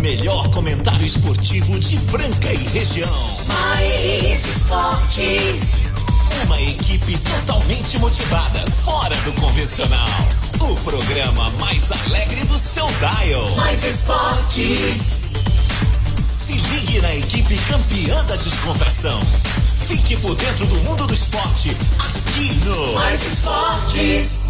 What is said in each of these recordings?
melhor comentário esportivo de Franca e região. Mais Esportes. Uma equipe totalmente motivada, fora do convencional. O programa mais alegre do seu dial. Mais Esportes. Se ligue na equipe campeã da descontração. Fique por dentro do mundo do esporte, aqui no Mais Esportes.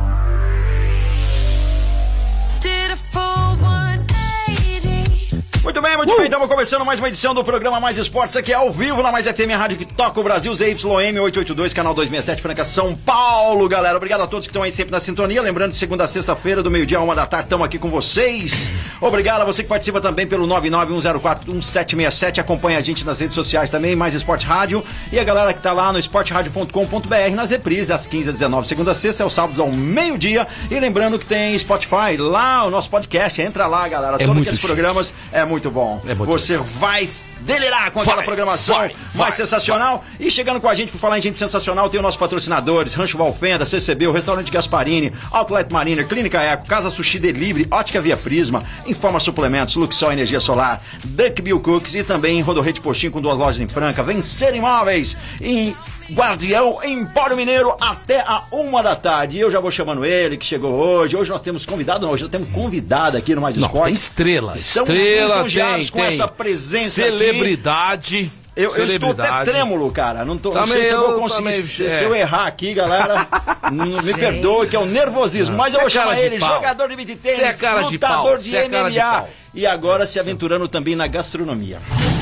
Muito bem, estamos começando mais uma edição do programa Mais Esportes, aqui ao vivo na Mais FM, a rádio que toca o Brasil, ZYM 882, canal 267, Franca, São Paulo, galera. Obrigado a todos que estão aí sempre na sintonia, lembrando de segunda a sexta-feira, do meio-dia a 1 da tarde, estamos aqui com vocês. Obrigado a você que participa também pelo 991041767, acompanha a gente nas redes sociais também, Mais Esportes Rádio, e a galera que tá lá no esporteradio.com.br, nas reprises, às 15 às 19, segunda a sexta, aos sábados ao meio-dia, e lembrando que tem Spotify, lá o nosso podcast, entra lá, galera, todos aqueles programas, muito bom. Você vai delirar com aquela programação mais sensacional. E chegando com a gente, por falar em gente sensacional, tem os nossos patrocinadores: Rancho Valfenda, CCB, o Restaurante Gasparini, Outlet Mariner, Clínica Eco, Casa Sushi Delivery, Ótica Via Prisma, Informa Suplementos, Luxol Energia Solar, Duck Bill Cooks e também Rodorreio de Postinho com 2 lojas em Franca. Vencer Imóveis em Guardião, Empório Mineiro, até a 1 da tarde. Eu já vou chamando ele, que chegou hoje. Hoje nós temos convidado, hoje nós temos convidado aqui no Mais Esporte. Tem estrela, tem com essa presença celebridade. Aqui. Eu estou até trêmulo, cara. Não sei se eu vou conseguir. Se eu errar aqui, galera, me perdoe, que é o nervosismo. Mas eu vou chamar ele, jogador de beach tênis, lutador de MMA. E agora se aventurando também na gastronomia.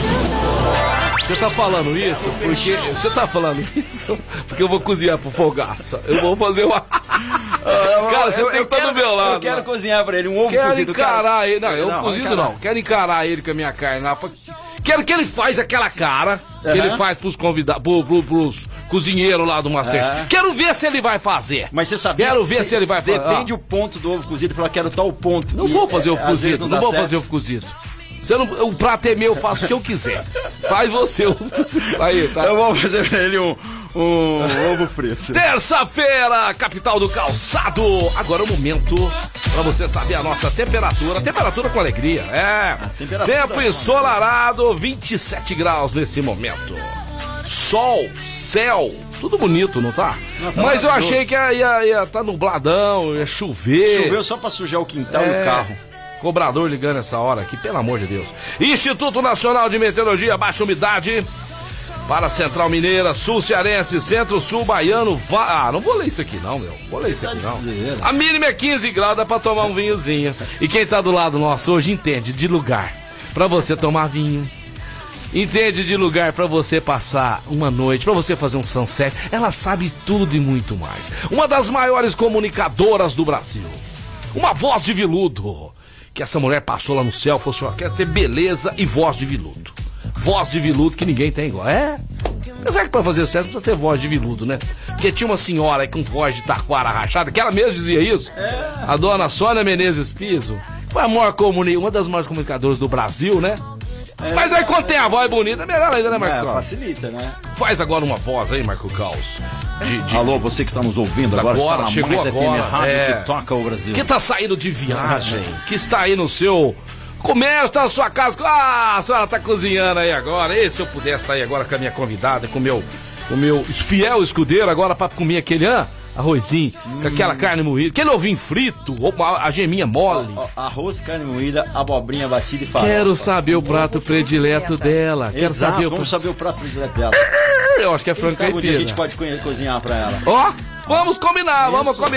Você tá falando isso porque... Você tá falando isso porque eu vou cozinhar pro Fogaça. Eu vou fazer uma... Cara, você tem que estar do meu lado. Eu quero cozinhar pra ele um ovo cozido. Quero encarar ele. Não, eu cozido não. Quero encarar ele com a minha carne lá. Quero que ele faz aquela cara que ele faz pros convidados, pros cozinheiros lá do Masterchef. Quero ver se ele vai fazer. Mas você sabe... Quero ver se ele vai fazer. Depende o ponto do ovo cozido. Falar, quero tal ponto. Não vou fazer ovo cozido. Não vou fazer ovo cozido. O prato é meu, eu faço o que eu quiser. Faz você o ovo cozido. Aí, tá? Eu vou fazer pra ele um ovo frito. Terça-feira, capital do calçado. Agora é o momento pra você saber a nossa temperatura. Temperatura com alegria. Tempo ensolarado, 27 graus nesse momento. Sol, céu, tudo bonito, não tá? Mas eu achei que ia tá nubladão, ia chover. Choveu só pra sujar o quintal e o carro. Cobrador ligando essa hora aqui, pelo amor de Deus. Instituto Nacional de Meteorologia, baixa umidade para a Central Mineira, Sul Cearense, Centro-Sul Baiano. Não vou ler isso aqui não, meu. Vou ler isso aqui não. A mínima é 15 graus, dá pra tomar um vinhozinho. E quem tá do lado nosso hoje entende de lugar pra você tomar vinho. Entende de lugar pra você passar uma noite, pra você fazer um sunset. Ela sabe tudo e muito mais. Uma das maiores comunicadoras do Brasil. Uma voz de veludo. Que essa mulher passou lá no céu, falou assim, ó, quer ter beleza e voz de veludo. Voz de veludo que ninguém tem igual. Apesar que pra fazer sucesso precisa ter voz de veludo, né? Porque tinha uma senhora aí com voz de taquara rachada, que ela mesma dizia isso. A dona Sônia Menezes Piso. Foi uma das maiores comunicadoras do Brasil, né? Mas aí quando tem a voz bonita, é melhor ainda, né, Marco Caos? Facilita, né? Faz agora uma voz aí, Marco Caos. Alô, você que está nos ouvindo agora está na chegou Mais agora, FM, rádio que toca o Brasil. Que tá saindo de viagem, que está aí no seu comércio, tá na sua casa. A senhora tá cozinhando aí agora. E se eu pudesse estar aí agora com a minha convidada, com o meu fiel escudeiro agora para comer aquele arrozinho, com aquela carne moída, aquele ovinho frito, a geminha mole. Arroz, carne moída, abobrinha batida e farofa. Quero saber o prato predileto dela. Vamos saber o prato predileto dela. Eu acho que é frango caipira. A gente pode cozinhar pra ela. Vamos combinar.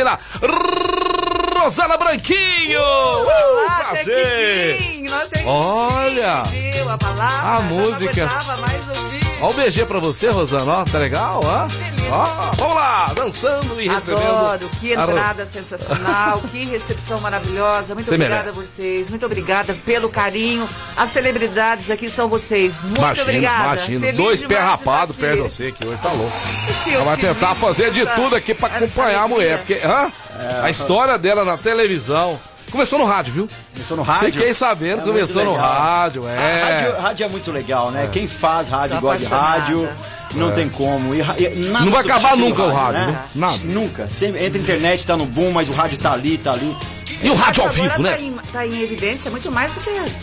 Rosana Branquinho! Prazer! Olha! A música! Olha o BG pra você, Rosana, ó, tá legal, ó? Ó, vamos lá, dançando e recebendo. Adoro, que entrada sensacional, que recepção maravilhosa. Muito obrigada a vocês, muito obrigada pelo carinho. As celebridades aqui são vocês. Muito obrigada. Imagina, 2 pés rapados perto de você aqui hoje, tá louco. Ela vai tentar fazer de tudo aqui pra acompanhar a mulher, porque a história dela na televisão. Começou no rádio, viu? Começou no rádio? Fiquei sabendo, começou no rádio, Rádio é muito legal, né? Quem faz rádio, gosta de rádio, não tem como. Não vai acabar nunca o rádio, né? Nada. Nunca. Sempre, entra a internet, tá no boom, mas o rádio tá ali. E o rádio ao vivo, né? Tá em evidência muito mais do que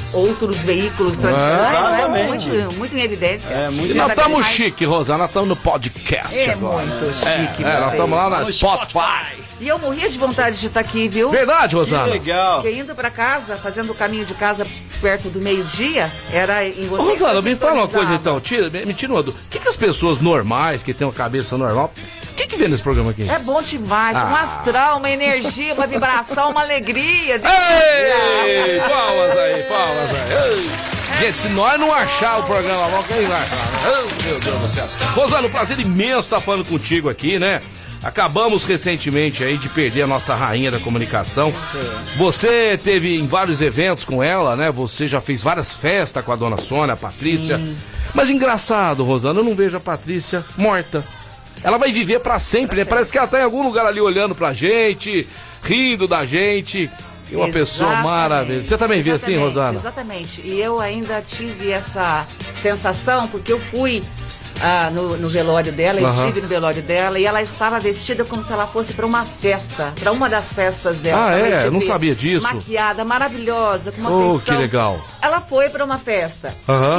outros veículos tradicionais, muito em evidência. E nós estamos chique, Rosana, nós estamos no podcast agora. Muito chique. Nós estamos lá na Spotify. E eu morria de vontade de estar aqui, viu? Verdade, Rosana. Que legal. Porque indo pra casa, fazendo o caminho de casa perto do meio-dia, era em você. Rosana, me fala uma coisa então, me tira uma dúvida. O que as pessoas normais, que têm uma cabeça normal, o que vê nesse programa aqui? É bom demais, um astral, uma energia, uma vibração, uma alegria. Ei, palmas aí. Gente, se nós não achar o programa logo, quem vai achar? Meu Deus do céu. Rosana, um prazer imenso estar falando contigo aqui, né? Acabamos recentemente aí de perder a nossa rainha da comunicação. Você teve em vários eventos com ela, né? Você já fez várias festas com a dona Sônia, a Patrícia. Mas engraçado, Rosana, eu não vejo a Patrícia morta. Ela vai viver pra sempre, né? Parece que ela tá em algum lugar ali olhando pra gente, rindo da gente. E uma pessoa maravilhosa. Você também vê assim, Rosana? Exatamente. E eu ainda tive essa sensação, porque eu fui no velório dela, estive no velório dela, e ela estava vestida como se ela fosse para uma festa, para uma das festas dela. Eu não sabia disso. Maquiada, maravilhosa, com uma feição. Que legal. Ela foi para uma festa.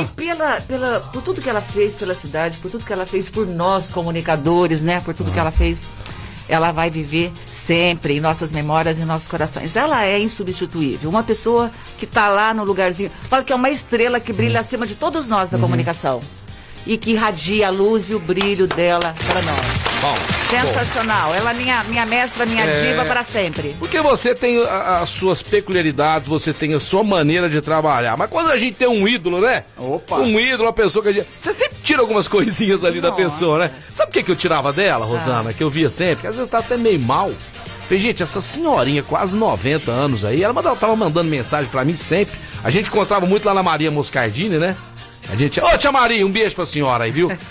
E por tudo que ela fez pela cidade, por tudo que ela fez por nós, comunicadores, né? Por tudo que ela fez, ela vai viver sempre em nossas memórias e em nossos corações. Ela é insubstituível. Uma pessoa que está lá no lugarzinho. Fala que é uma estrela que brilha acima de todos nós da comunicação. E que irradia a luz e o brilho dela para nós. Bom, sensacional. Ela é minha mestra, minha diva para sempre. Porque você tem as suas peculiaridades, você tem a sua maneira de trabalhar. Mas quando a gente tem um ídolo, né? Um ídolo, uma pessoa que você sempre tira algumas coisinhas ali da pessoa, né? Sabe o que eu tirava dela, Rosana? Que eu via sempre? Que às vezes eu tava até meio mal. Falei, gente, essa senhorinha, quase 90 anos aí, ela tava mandando mensagem pra mim sempre. A gente encontrava muito lá na Maria Moscardini, né? A gente... Ô, tia Maria, um beijo pra senhora aí, viu?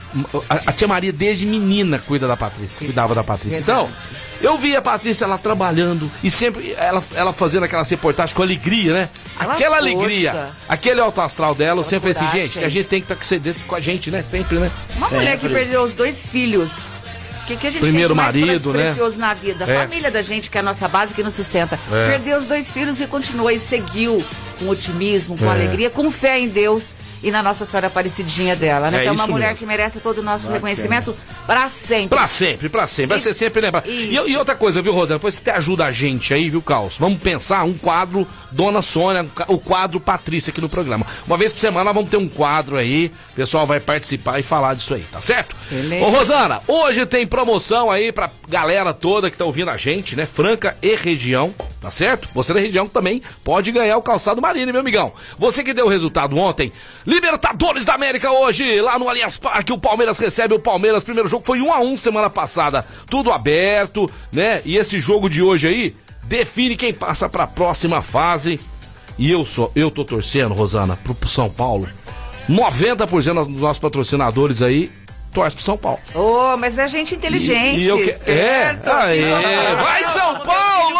A tia Maria, desde menina, cuidava da Patrícia. Então, eu via a Patrícia lá trabalhando e sempre ela fazendo aquelas reportagens com alegria, né? Aquela alegria, aquele alto astral dela, eu sempre falei assim, gente, a gente tem que estar com a gente, né? Sempre, né? Uma mulher que perdeu os 2 filhos. O que a gente primeiro tem de marido, mais precioso na vida? A família da gente, que é a nossa base, que nos sustenta. Perdeu os 2 filhos e continuou e seguiu com otimismo, com alegria, com fé em Deus e na Nossa Senhora Aparecidinha dela, né? Então é uma mulher que merece todo o nosso reconhecimento pra sempre. Pra sempre. Vai ser sempre lembrado. E outra coisa, viu, Rosana? Depois você ajuda a gente aí, viu, Caos? Vamos pensar um quadro Dona Sônia, o quadro Patrícia aqui no programa. Uma vez por semana nós vamos ter um quadro aí, o pessoal vai participar e falar disso aí, tá certo? Beleza. Ô, Rosana, hoje tem promoção aí pra galera toda que tá ouvindo a gente, né? Franca e região, tá certo? Você da região também pode ganhar o calçado Marine, meu amigão. Você que deu o resultado ontem, Libertadores da América hoje, lá no Allianz Parque, o Palmeiras recebe o Palmeiras. Primeiro jogo foi 1-1 semana passada, tudo aberto, né? E esse jogo de hoje aí define quem passa pra próxima fase. E eu tô torcendo, Rosana, pro São Paulo. 90% dos nossos patrocinadores aí torce pro São Paulo. Mas é gente inteligente. Vai São Paulo!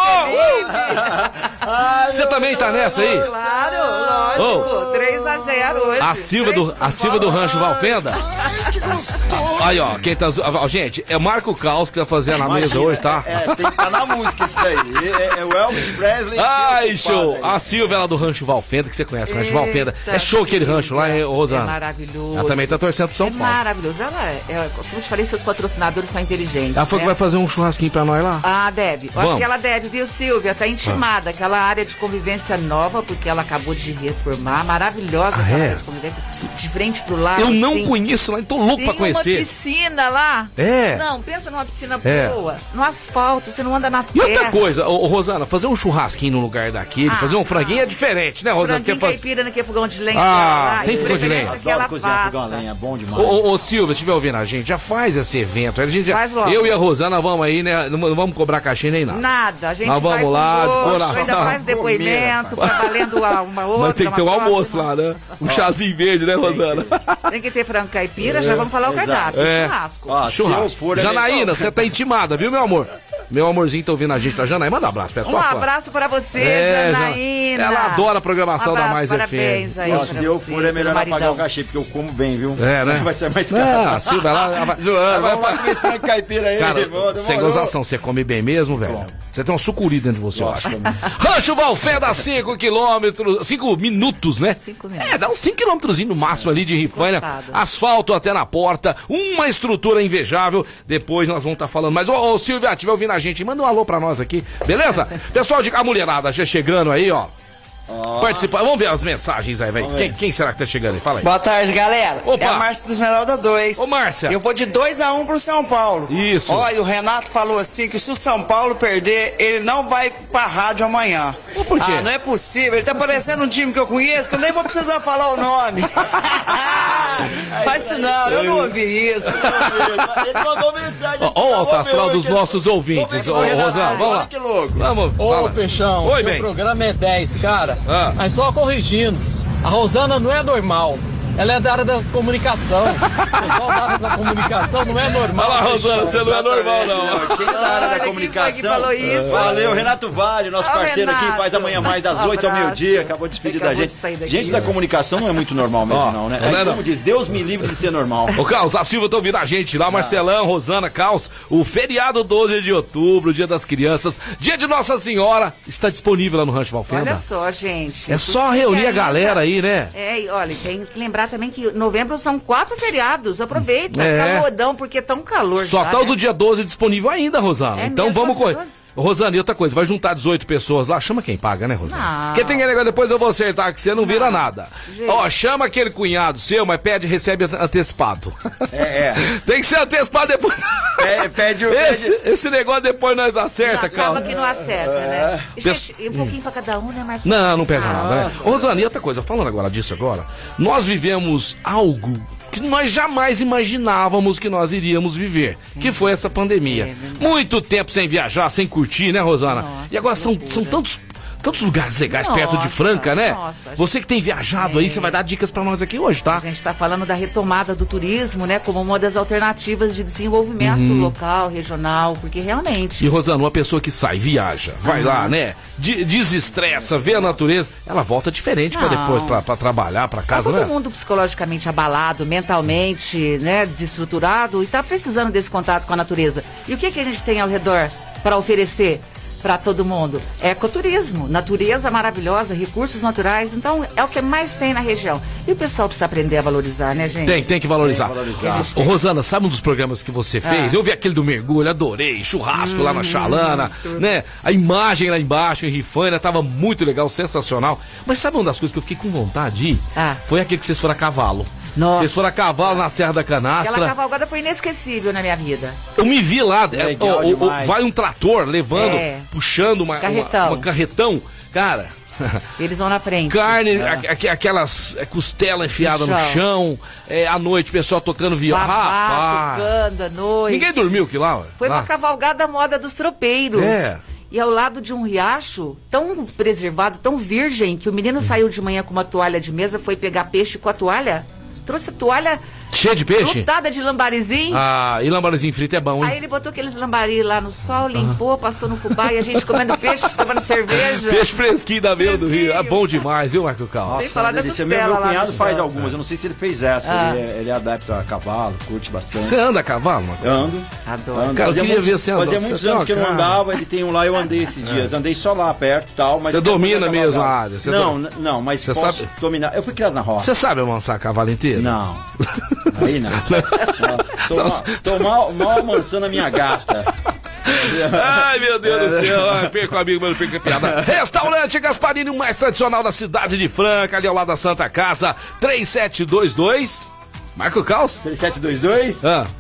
Você também tá nessa aí? Claro, lógico. 3-0 hoje. A Silva do Rancho Valfenda. Aí, ó, quem tá... Gente, é Marco Caos que tá fazendo a mesa hoje, tá? Tem que estar na música isso daí. É o Elvis Presley. Ai, show. A Silva, ela do Rancho Valfenda, que você conhece, o Rancho Valfenda. É show aquele rancho lá, Rosana? É maravilhoso. Ela também tá torcendo pro São Paulo. Maravilhoso. Ela como eu te falei, seus patrocinadores são inteligentes. Ela falou que vai fazer um churrasquinho pra nós lá? Deve. Eu acho que ela deve, viu, Silvia? Tá intimada. Aquela área de convivência nova, porque ela acabou de reformar. Maravilhosa aquela área de convivência. De frente pro lado. Eu não conheço lá, tô louco pra conhecer. Tem uma piscina lá. Não, pensa numa piscina boa. No asfalto, você não anda na terra. E outra coisa, Rosana, fazer um churrasquinho no lugar daquele, fazer um franguinho é diferente, né, Rosana? Franguinho caipira naquele fogão de lenha. Tem fogão de lenha? Adoro cozinhar fogão de lenha, bom demais. Ô, Silvia, estiver ouvindo a gente, já faz esse evento. A gente eu e a Rosana vamos aí, né? Não vamos cobrar caixinha nem nada. Nada, a gente nós vamos lá, de coração. Ainda faz depoimento, tá valendo uma outra. Mas tem que ter um almoço lá, né? Um chazinho verde, né, Rosana? Tem que ter frango caipira, já vamos falar o cardápio. Churrasco. Churrasco. Janaína, você tá intimada, viu, meu amor? Meu amorzinho tá ouvindo a gente, tá? Janaína, manda um abraço, pessoal. Um abraço pra você, Janaína. Ela adora a programação da Mais FM. Parabéns aí. Se eu for, é melhor não pagar o cachê, porque eu como bem, viu? Né? Vai ser mais caro. Silvia, ela vai zoando. Vamos lá comer esse frango caipira aí. Cara, sem gozação, você come bem mesmo, velho? Você tem uma sucuri dentro de você, eu acho. Rancho Valfenda, 5 quilômetros, 5 minutos, né? 5 minutos. Dá uns 5 quilômetros no máximo ali de Rifaina. Asfalto até na porta, uma estrutura invejável. Depois nós vamos estar falando. Mas, ô Silvia, estiver ouvindo a gente, manda um alô pra nós aqui, beleza? Pessoal de a mulherada já chegando aí, ó. Participa. Vamos ver as mensagens aí, velho. Quem será que tá chegando aí? Fala aí. Boa tarde, galera. Opa. É a Márcia do Esmeralda 2. Ô, Márcia. Eu vou de 2-1 pro São Paulo. Isso. Olha, o Renato falou assim que se o São Paulo perder, ele não vai pra rádio amanhã. Por quê? Não é possível. Ele tá parecendo um time que eu conheço, que eu nem vou precisar falar o nome. Faz isso não, eu não ouvi isso. Ele mandou mensagem. Ó o alto astral dos nossos ouvintes. Ô, Rosana, vamos lá. Que louco. Vamos. Ô, Peixão, Oi, seu bem. programa é 10, cara. Mas só corrigindo, a Rosana não é normal. Ela é da área da comunicação. O pessoal da área da comunicação não é normal. Olha lá, Rosana, você não é normal, não. Quem é da área da comunicação? Quem falou isso? Valeu, Renato Vale, nosso parceiro aqui, faz amanhã mais das 8 ao meio-dia. Acabou de despedir da gente. Gente da comunicação não é muito normal mesmo, não, né? Aí, como diz, Deus me livre de ser normal. Ô, Carlos, a Silva tá ouvindo a gente lá, Marcelão, Rosana, Carlos. O feriado 12 de outubro, Dia das Crianças, Dia de Nossa Senhora, está disponível lá no Rancho Valfenda. Olha só, gente. É só reunir a galera aí, né? E olha, tem que lembrar também que novembro são 4 feriados. Aproveita, calorão, porque é tão calor. Só tá o do dia 12 disponível ainda, Rosana. Então vamos correr. Rosana, e outra coisa, vai juntar 18 pessoas lá, chama quem paga, né, Rosana? Não. Porque tem negócio, depois eu vou acertar que você não vira nada. Gente. Ó, chama aquele cunhado seu, mas recebe antecipado. Tem que ser antecipado depois. Pede Esse negócio depois nós acerta, cara. Acaba que não acerta, né? Gente, um pouquinho pra cada um, né, Marcelo? Não pesa nada, né? Rosana, e outra coisa, falando agora disso agora, nós vivemos algo que nós jamais imaginávamos que nós iríamos viver, que foi essa pandemia. Muito tempo sem viajar, sem curtir, né, Rosana? E agora são tantos lugares legais perto de Franca, né? Você que tem viajado aí, você vai dar dicas pra nós aqui hoje, tá? A gente tá falando da retomada do turismo, né? Como uma das alternativas de desenvolvimento local, regional, porque realmente... E, Rosana, uma pessoa que sai, viaja, vai lá, né? Desestressa, vê a natureza, ela volta diferente pra depois, pra trabalhar, pra casa, né? Todo mundo psicologicamente abalado, mentalmente, né? Desestruturado e tá precisando desse contato com a natureza. E o que a gente tem ao redor pra oferecer para todo mundo? Ecoturismo, natureza maravilhosa, recursos naturais, então é o que mais tem na região. E o pessoal precisa aprender a valorizar, né, gente? Tem que valorizar. Ô, Rosana, sabe um dos programas que você fez? Eu vi aquele do mergulho, adorei, churrasco lá na Chalana, né? A imagem lá embaixo, em Rifaina, tava muito legal, sensacional. Mas sabe uma das coisas que eu fiquei com vontade de ir? Foi aquele que vocês foram a cavalo. Nossa. Vocês foram a cavalo na Serra da Canastra. Aquela cavalgada foi inesquecível na minha vida. Eu me vi lá, vai um trator levando, puxando uma carretão. Cara, eles vão na frente. Carne, aquelas costelas enfiadas no chão, à noite, o pessoal tocando viola. Tocando à noite. Ninguém dormiu que lá? Foi uma cavalgada moda dos tropeiros. E ao lado de um riacho tão preservado, tão virgem, que o menino saiu de manhã com uma toalha de mesa, foi pegar peixe com a toalha. Trouxe a toalha cheia de peixe? Lotada de lambarizinho. E lambarizinho frito é bom, hein? Aí ele botou aqueles lambari lá no sol, limpou, passou no fubá e a gente comendo peixe, tomando cerveja. Peixe fresquinho da beira do rio. É bom demais, viu, Marco Carlos? Tem falar da costela. Meu cunhado faz algumas, eu não sei se ele fez essa. Ele é adepto a cavalo, curte bastante. Você anda a cavalo, Marco? Ando. Adoro. Cara, eu queria ver você andando. Fazia muitos anos que eu não andava, ele tem um lá, eu andei esses dias. Andei só lá perto e tal. Você domina mesmo a área? Não, mas você posso dominar. Eu fui criado na roça. Você sabe amansar a cavalo inteiro? Não. Aí não. Tô mal amansando a minha gata. Ai, meu Deus do céu. Perco amigo, mas não perco a piada. Restaurante Gasparini, o mais tradicional da cidade de Franca, ali ao lado da Santa Casa. 3722. Marco Caos? 3722?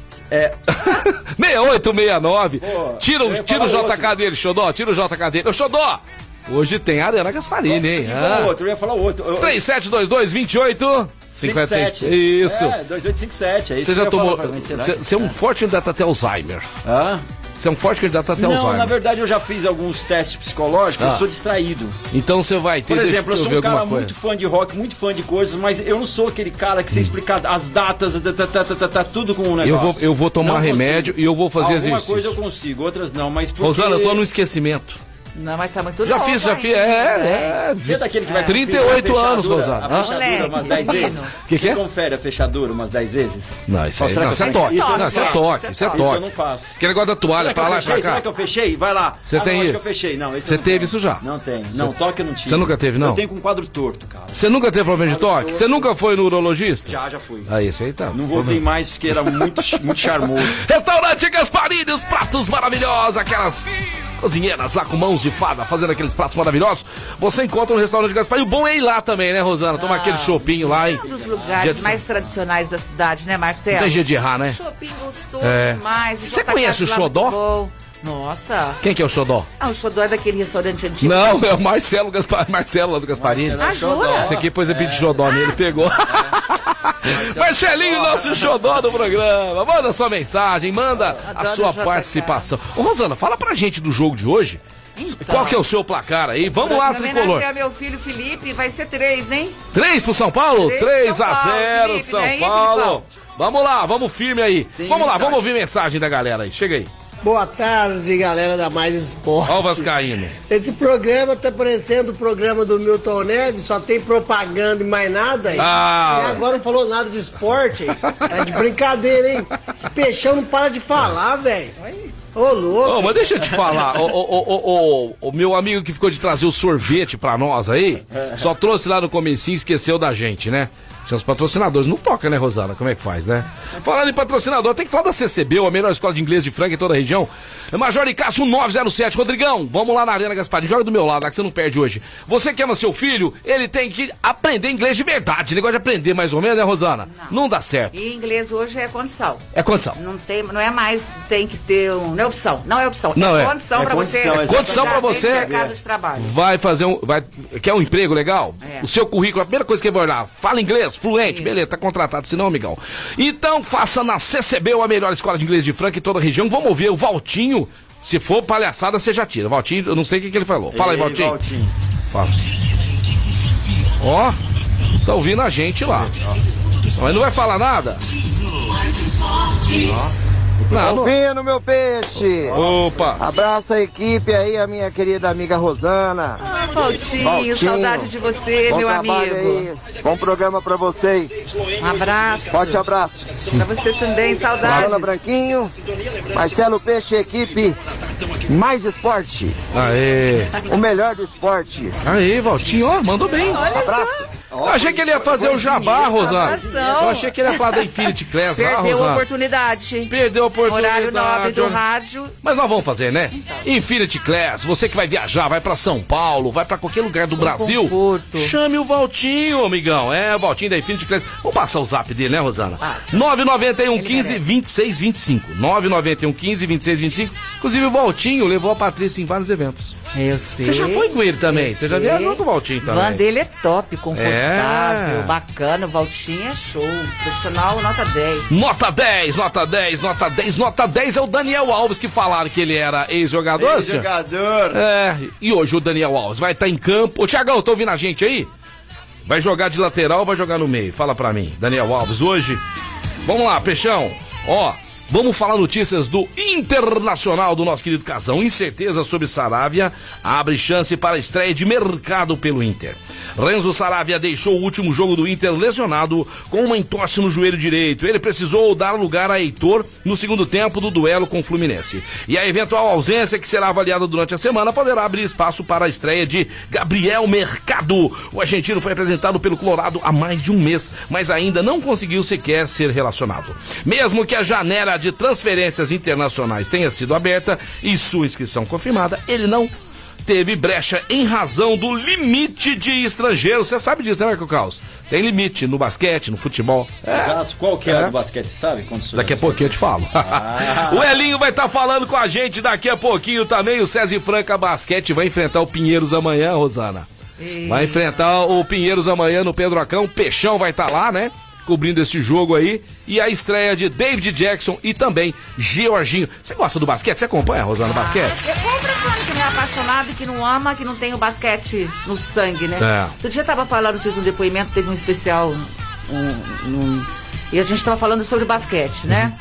6869. Tira o JK dele, Xodó. Tira o JK dele. Ô, Xodó! Hoje tem Arena Gasparini, hein? Eu ia falar outro. 3722-28. 57. Isso. 2857. É isso. Você já tomou. Você é um forte candidato até Alzheimer. Você é um forte candidato até Alzheimer. Não, na verdade eu já fiz alguns testes psicológicos, eu sou distraído. Então você vai ter. Por exemplo, eu sou um cara muito fã de rock, muito fã de coisas, mas eu não sou aquele cara que você explicar as datas, tudo com um negócio. Eu vou tomar remédio e eu vou fazer exercício. Alguma coisa eu consigo, outras não, mas porque... Rosana, eu tô no esquecimento. Não, mas tá muito Já fiz. Você é daquele que vai 38 anos, Rosana. A fechadura umas 10 vezes. O que é? Você confere a fechadura umas 10 vezes? Não, isso é toque. Não, isso é toque. Isso eu não faço. Aquele negócio da toalha, pra lá e pra cá. Será que eu fechei? Vai lá. Você tem acho que eu fechei. Não, você teve isso já? Não tem. Não, toque eu não tive. Você nunca teve, não? Eu tenho com quadro torto, cara. Você nunca teve problema de toque? Você nunca foi no urologista? Já fui. Aí, esse aí tá. Não voltei mais porque era muito charmoso. Restaurante Gasparini, os pratos maravilhosos, aquelas cozinheiras lá com mãos de fada, fazendo aqueles pratos maravilhosos. Você encontra no restaurante Gasparini. O bom é ir lá também, né, Rosana? Tomar aquele chopinho lá, hein? Um dos lugares mais tradicionais da cidade, né, Marcelo? Não tem jeito de errar, né? Chopinho gostoso demais. Você conhece o Xodó? Nossa. Quem que é o Xodó? O Xodó é daquele restaurante antigo. Não, é o Marcelo lá do Gasparini. Jura? Esse aqui pôs a pedir Xodó nele, pegou. Marcelinho, nosso Xodó do programa. Manda sua mensagem, manda a sua participação. Ô, Rosana, fala pra gente do jogo de hoje. Então, qual que é o seu placar aí? Vamos lá, Tricolor. Meu filho Felipe, vai ser 3, hein? 3 pro São Paulo? 3-0, São Paulo. Vamos lá, vamos firme aí. Vamos lá, vamos ouvir mensagem da galera aí. Chega aí. Boa tarde, galera da Mais Esporte. Ó o Vascaíno. Esse programa tá parecendo o programa do Milton Neves, só tem propaganda e mais nada. E agora não falou nada de esporte. Tá de brincadeira, hein? Esse peixão não para de falar, velho. Ô, louco. Mas deixa eu te falar, o meu amigo que ficou de trazer o sorvete pra nós aí, só trouxe lá no comecinho e esqueceu da gente, né? Seus patrocinadores. Não toca, né, Rosana? Como é que faz, né? Falando em patrocinador, tem que falar da CCB, a melhor escola de inglês de Franca em toda a região. Major Icasso 907. Rodrigão, vamos lá na Arena Gasparini. Joga do meu lado, lá que você não perde hoje. Você que ama seu filho, ele tem que aprender inglês de verdade. Negócio de aprender mais ou menos, né, Rosana? Não dá certo. E inglês hoje é condição. É condição. Não é mais, tem que ter não é opção. Não é opção. Não é condição pra você. É condição pra você. Mercado de trabalho. Vai fazer quer um emprego legal? O seu currículo, a primeira coisa que ele vai olhar, fala inglês, fluente, beleza, tá contratado, senão, amigão. Então, faça na CCB, a melhor escola de inglês de Franca em toda a região. Vamos ouvir o Valtinho. Se for palhaçada, você já tira. Valtinho, eu não sei o que ele falou. Fala aí, Valtinho. Fala. Ó, tá ouvindo a gente lá. Mas não vai falar nada? Ouvindo, meu peixe. Opa. Abraço a equipe aí, a minha querida amiga Rosana. Valtinho, saudade de você, bom meu amigo. Aí. Bom programa pra vocês. Um abraço. Forte abraço. Pra você também, saudade. Ana Branquinho, Marcelo Peixe, equipe Mais Esporte. Aê. O melhor do esporte. Aí, Valtinho, ó, mandou bem. Olha abraço. Só. Eu achei que ele ia fazer o jabá, Rosana. Eu achei que ele ia falar da Infinity Class lá, Rosana. Perdeu a oportunidade. Perdeu a oportunidade. Horário nobre do rádio. Mas nós vamos fazer, né? Infinity Class, você que vai viajar, vai pra São Paulo, vai pra qualquer lugar do Brasil. Conforto. Chame o Valtinho, amigão. É, o Valtinho da Infinity Class. Vamos passar o zap dele, né, Rosana? 991 15 26 25. 991 15 26 25. Inclusive o Valtinho levou a Patrícia em vários eventos. Eu sei. Você já foi com ele também? Você já viajou com o Valtinho também? O van dele é top, confortável, bacana. O Valtinho é show. Profissional, nota 10. Nota 10, nota 10, nota 10, nota 10 é o Daniel Alves, que falaram que ele era ex-jogador. Ex-jogador. É, e hoje o Daniel Alves vai estar em campo. Ô, Thiagão, tá ouvindo a gente aí? Vai jogar de lateral ou vai jogar no meio? Fala pra mim. Daniel Alves hoje. Vamos lá, Peixão. Ó, vamos falar notícias do Internacional do nosso querido Casão. Incerteza sobre Saravia abre chance para a estreia de mercado pelo Inter. Renzo Saravia deixou o último jogo do Inter lesionado com uma entorse no joelho direito. Ele precisou dar lugar a Heitor no segundo tempo do duelo com o Fluminense. E a eventual ausência, que será avaliada durante a semana, poderá abrir espaço para a estreia de Gabriel Mercado. O argentino foi apresentado pelo Colorado há mais de um mês, mas ainda não conseguiu sequer ser relacionado. Mesmo que a janela de transferências internacionais tenha sido aberta e sua inscrição confirmada, ele não teve brecha em razão do limite de estrangeiros. Você sabe disso, né, Marco Caos? Tem limite no basquete, no futebol. Exato. Qual que é do basquete, você sabe? Daqui a pouquinho eu te falo. O Elinho vai estar falando com a gente daqui a pouquinho também. O César Franca Basquete vai enfrentar o Pinheiros amanhã, Rosana. Vai enfrentar o Pinheiros amanhã no Pedro Acão. O Peixão vai estar lá, né? Cobrindo esse jogo aí. E a estreia de David Jackson e também Georginho. Você gosta do basquete? Você acompanha, Rosana, basquete? Eu compro falando que não é apaixonado, que não ama, que não tem o basquete no sangue, né? Outro dia tava falando, fiz um depoimento, teve um especial e a gente tava falando sobre basquete, né?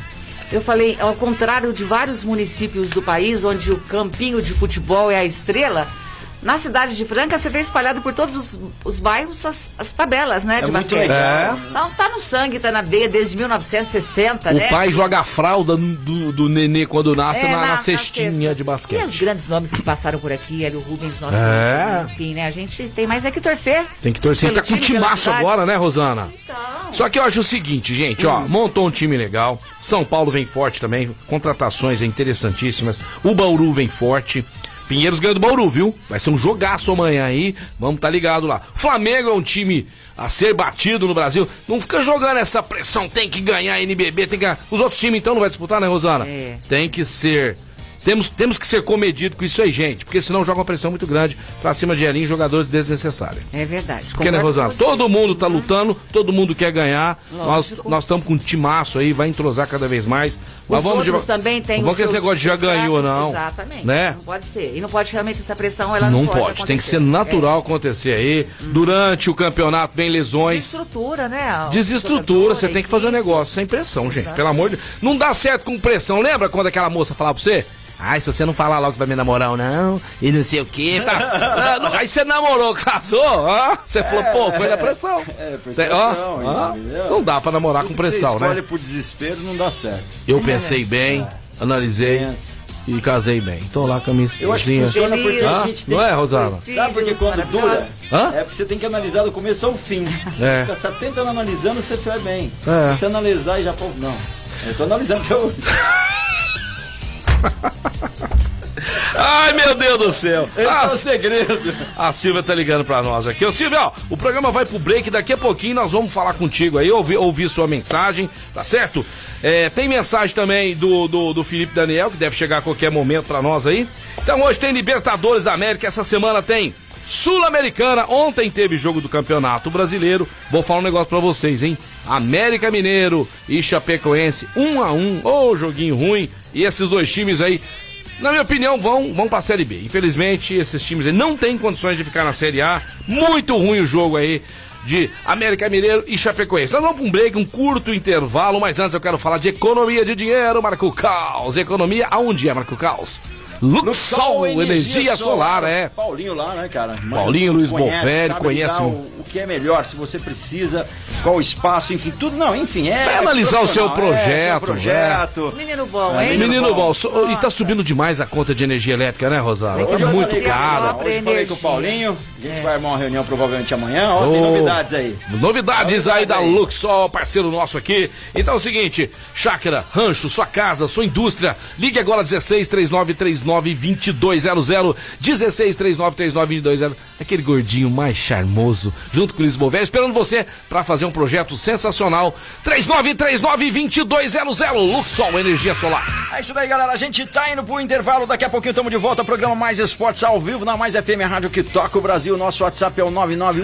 Eu falei, ao contrário de vários municípios do país, onde o campinho de futebol é a estrela, na cidade de Franca você vê espalhado por todos os bairros as tabelas, né, de basquete. Então tá no sangue, tá na veia desde 1960, né? O pai joga a fralda do nenê quando nasce na cestinha de basquete. E os grandes nomes que passaram por aqui, Hélio Rubens, nosso, enfim, né? A gente tem mais que torcer. Tem que torcer, tá com timaço agora, né, Rosana? Então. Só que eu acho o seguinte, gente, ó, montou um time legal, São Paulo vem forte também, contratações interessantíssimas, o Bauru vem forte. Pinheiros ganhou do Bauru, viu? Vai ser um jogaço amanhã aí, vamos tá ligado lá. Flamengo é um time a ser batido no Brasil, não fica jogando essa pressão, tem que ganhar NBB, tem que ganhar. Os outros times então não vai disputar, né, Rosana? Tem que ser... Temos que ser comedidos com isso aí, gente, porque senão joga uma pressão muito grande pra cima de Elinho, jogadores desnecessários. É verdade. Porque, né, Rosana? Todo mundo tá lutando, todo mundo quer ganhar. Nós estamos com um timaço aí, vai entrosar cada vez mais. Mas vamos também tem vamos que esse negócio de já ganhou, não. Exatamente. Né? Não pode ser. E não pode realmente essa pressão, ela não pode acontecer. Tem que ser natural acontecer aí. Durante o campeonato, vem lesões. Desestrutura, né? Desestrutura, você tem que fazer um negócio sem pressão, gente. Pelo amor de Deus. Não dá certo com pressão. Lembra quando aquela moça falava pra você? Ai, se você não falar logo que vai me namorar ou não, e não sei o que, tá? Aí você namorou, casou, ó. Você falou, pô, foi na pressão. Não dá pra namorar com pressão, né? Se escolhe por desespero, não dá certo. Eu pensei bem, analisei e casei bem. Tô lá com a minha esposinha. Eu acho que funciona porque a gente tem... Não é, Rosana? Sabe porque quando dura? É porque você tem que analisar do começo ao fim. Fica tentando analisando, você vai bem. Se você analisar e já... Não, eu tô analisando até hoje. Ai, meu Deus do céu. Esse é o segredo. A Silvia tá ligando pra nós aqui. Ô, Silvia, ó, o programa vai pro break. Daqui a pouquinho nós vamos falar contigo aí, ouvir sua mensagem, tá certo? Tem mensagem também do Felipe Daniel, que deve chegar a qualquer momento pra nós aí. Então hoje tem Libertadores da América, essa semana tem Sul-Americana. Ontem teve jogo do Campeonato Brasileiro. Vou falar um negócio pra vocês, hein? América Mineiro e Chapecoense 1-1. Ô, joguinho ruim. E esses dois times aí, na minha opinião, vão pra Série B. Infelizmente, esses times aí não têm condições de ficar na Série A. Muito ruim o jogo aí de América Mineiro e Chapecoense. Nós vamos pra um break, um curto intervalo, mas antes eu quero falar de economia de dinheiro, Marco Caos. Economia aonde é, Marco Caos? Luxol, energia solar, Paulinho lá, né, cara? Paulinho, Luiz Bovelli, conhece o que é melhor, se você precisa, qual o espaço, enfim, tudo, não, enfim, vai analisar o seu projeto. Menino bom, hein? Menino bom, e tá subindo demais a conta de energia elétrica, né, Rosana? É muito caro. Hoje falei com o Paulinho, a gente vai armar uma reunião provavelmente amanhã, tem novidades aí. Novidades aí da Luxol, parceiro nosso aqui. Então é o seguinte, chácara, rancho, sua casa, sua indústria, ligue agora 1639392200, 1639392200, aquele gordinho mais charmoso, junto com o Luiz Bovelli, esperando você pra fazer um projeto sensacional. 39392200, Luxol, energia solar. É isso daí, galera, a gente tá indo pro intervalo, daqui a pouquinho estamos de volta, programa Mais Esportes ao vivo na Mais FM, a rádio que toca o Brasil. Nosso WhatsApp é o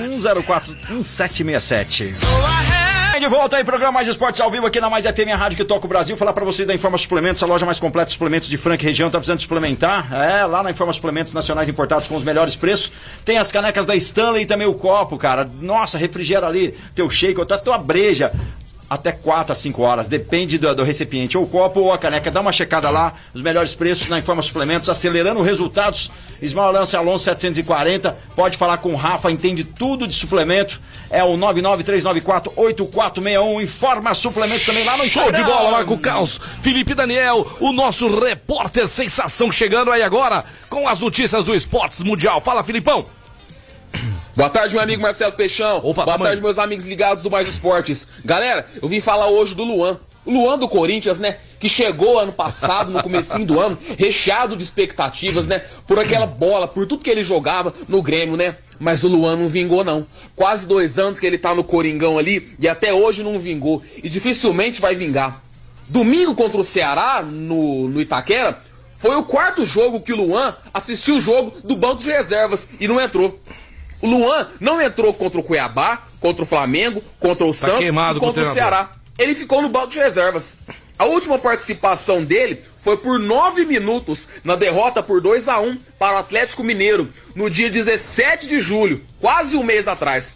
991041767. De volta aí, programa Mais Esportes ao vivo aqui na Mais FM, a rádio que toca o Brasil. Falar pra vocês da Informa Suplementos, a loja mais completa de suplementos de Franca e região. Tá precisando de suplementar? Lá na Informa Suplementos nacionais importados com os melhores preços. Tem as canecas da Stanley e também o copo, cara. Nossa, refrigera ali teu shake ou tua breja. Até 4 a 5 horas, depende do recipiente, ou o copo ou a caneca. Dá uma checada lá, os melhores preços na Informa Suplementos, acelerando resultados. Ismael Lance Alonso 740, pode falar com o Rafa, entende tudo de suplemento. É o 993948461. Informa Suplementos também lá no Instagram. Show de bola, Marco Caos. Felipe Daniel, o nosso repórter sensação, chegando aí agora com as notícias do esportes mundial. Fala, Filipão. Boa tarde, meu amigo Marcelo Peixão. Opa, boa tarde, meus amigos ligados do Mais Esportes. Galera, eu vim falar hoje do Luan. O Luan do Corinthians, né? Que chegou ano passado, no comecinho do ano, recheado de expectativas, né? Por aquela bola, por tudo que ele jogava no Grêmio, né? Mas o Luan não vingou, não. Quase 2 anos que ele tá no Coringão ali e até hoje não vingou. E dificilmente vai vingar. Domingo contra o Ceará, no Itaquera, foi o 4º jogo que o Luan assistiu o jogo do banco de reservas e não entrou. O Luan não entrou contra o Cuiabá, contra o Flamengo, contra o Santos e contra o Ceará. Ele ficou no banco de reservas. A última participação dele foi por 9 minutos na derrota por 2-1 para o Atlético Mineiro, no dia 17 de julho, quase um mês atrás.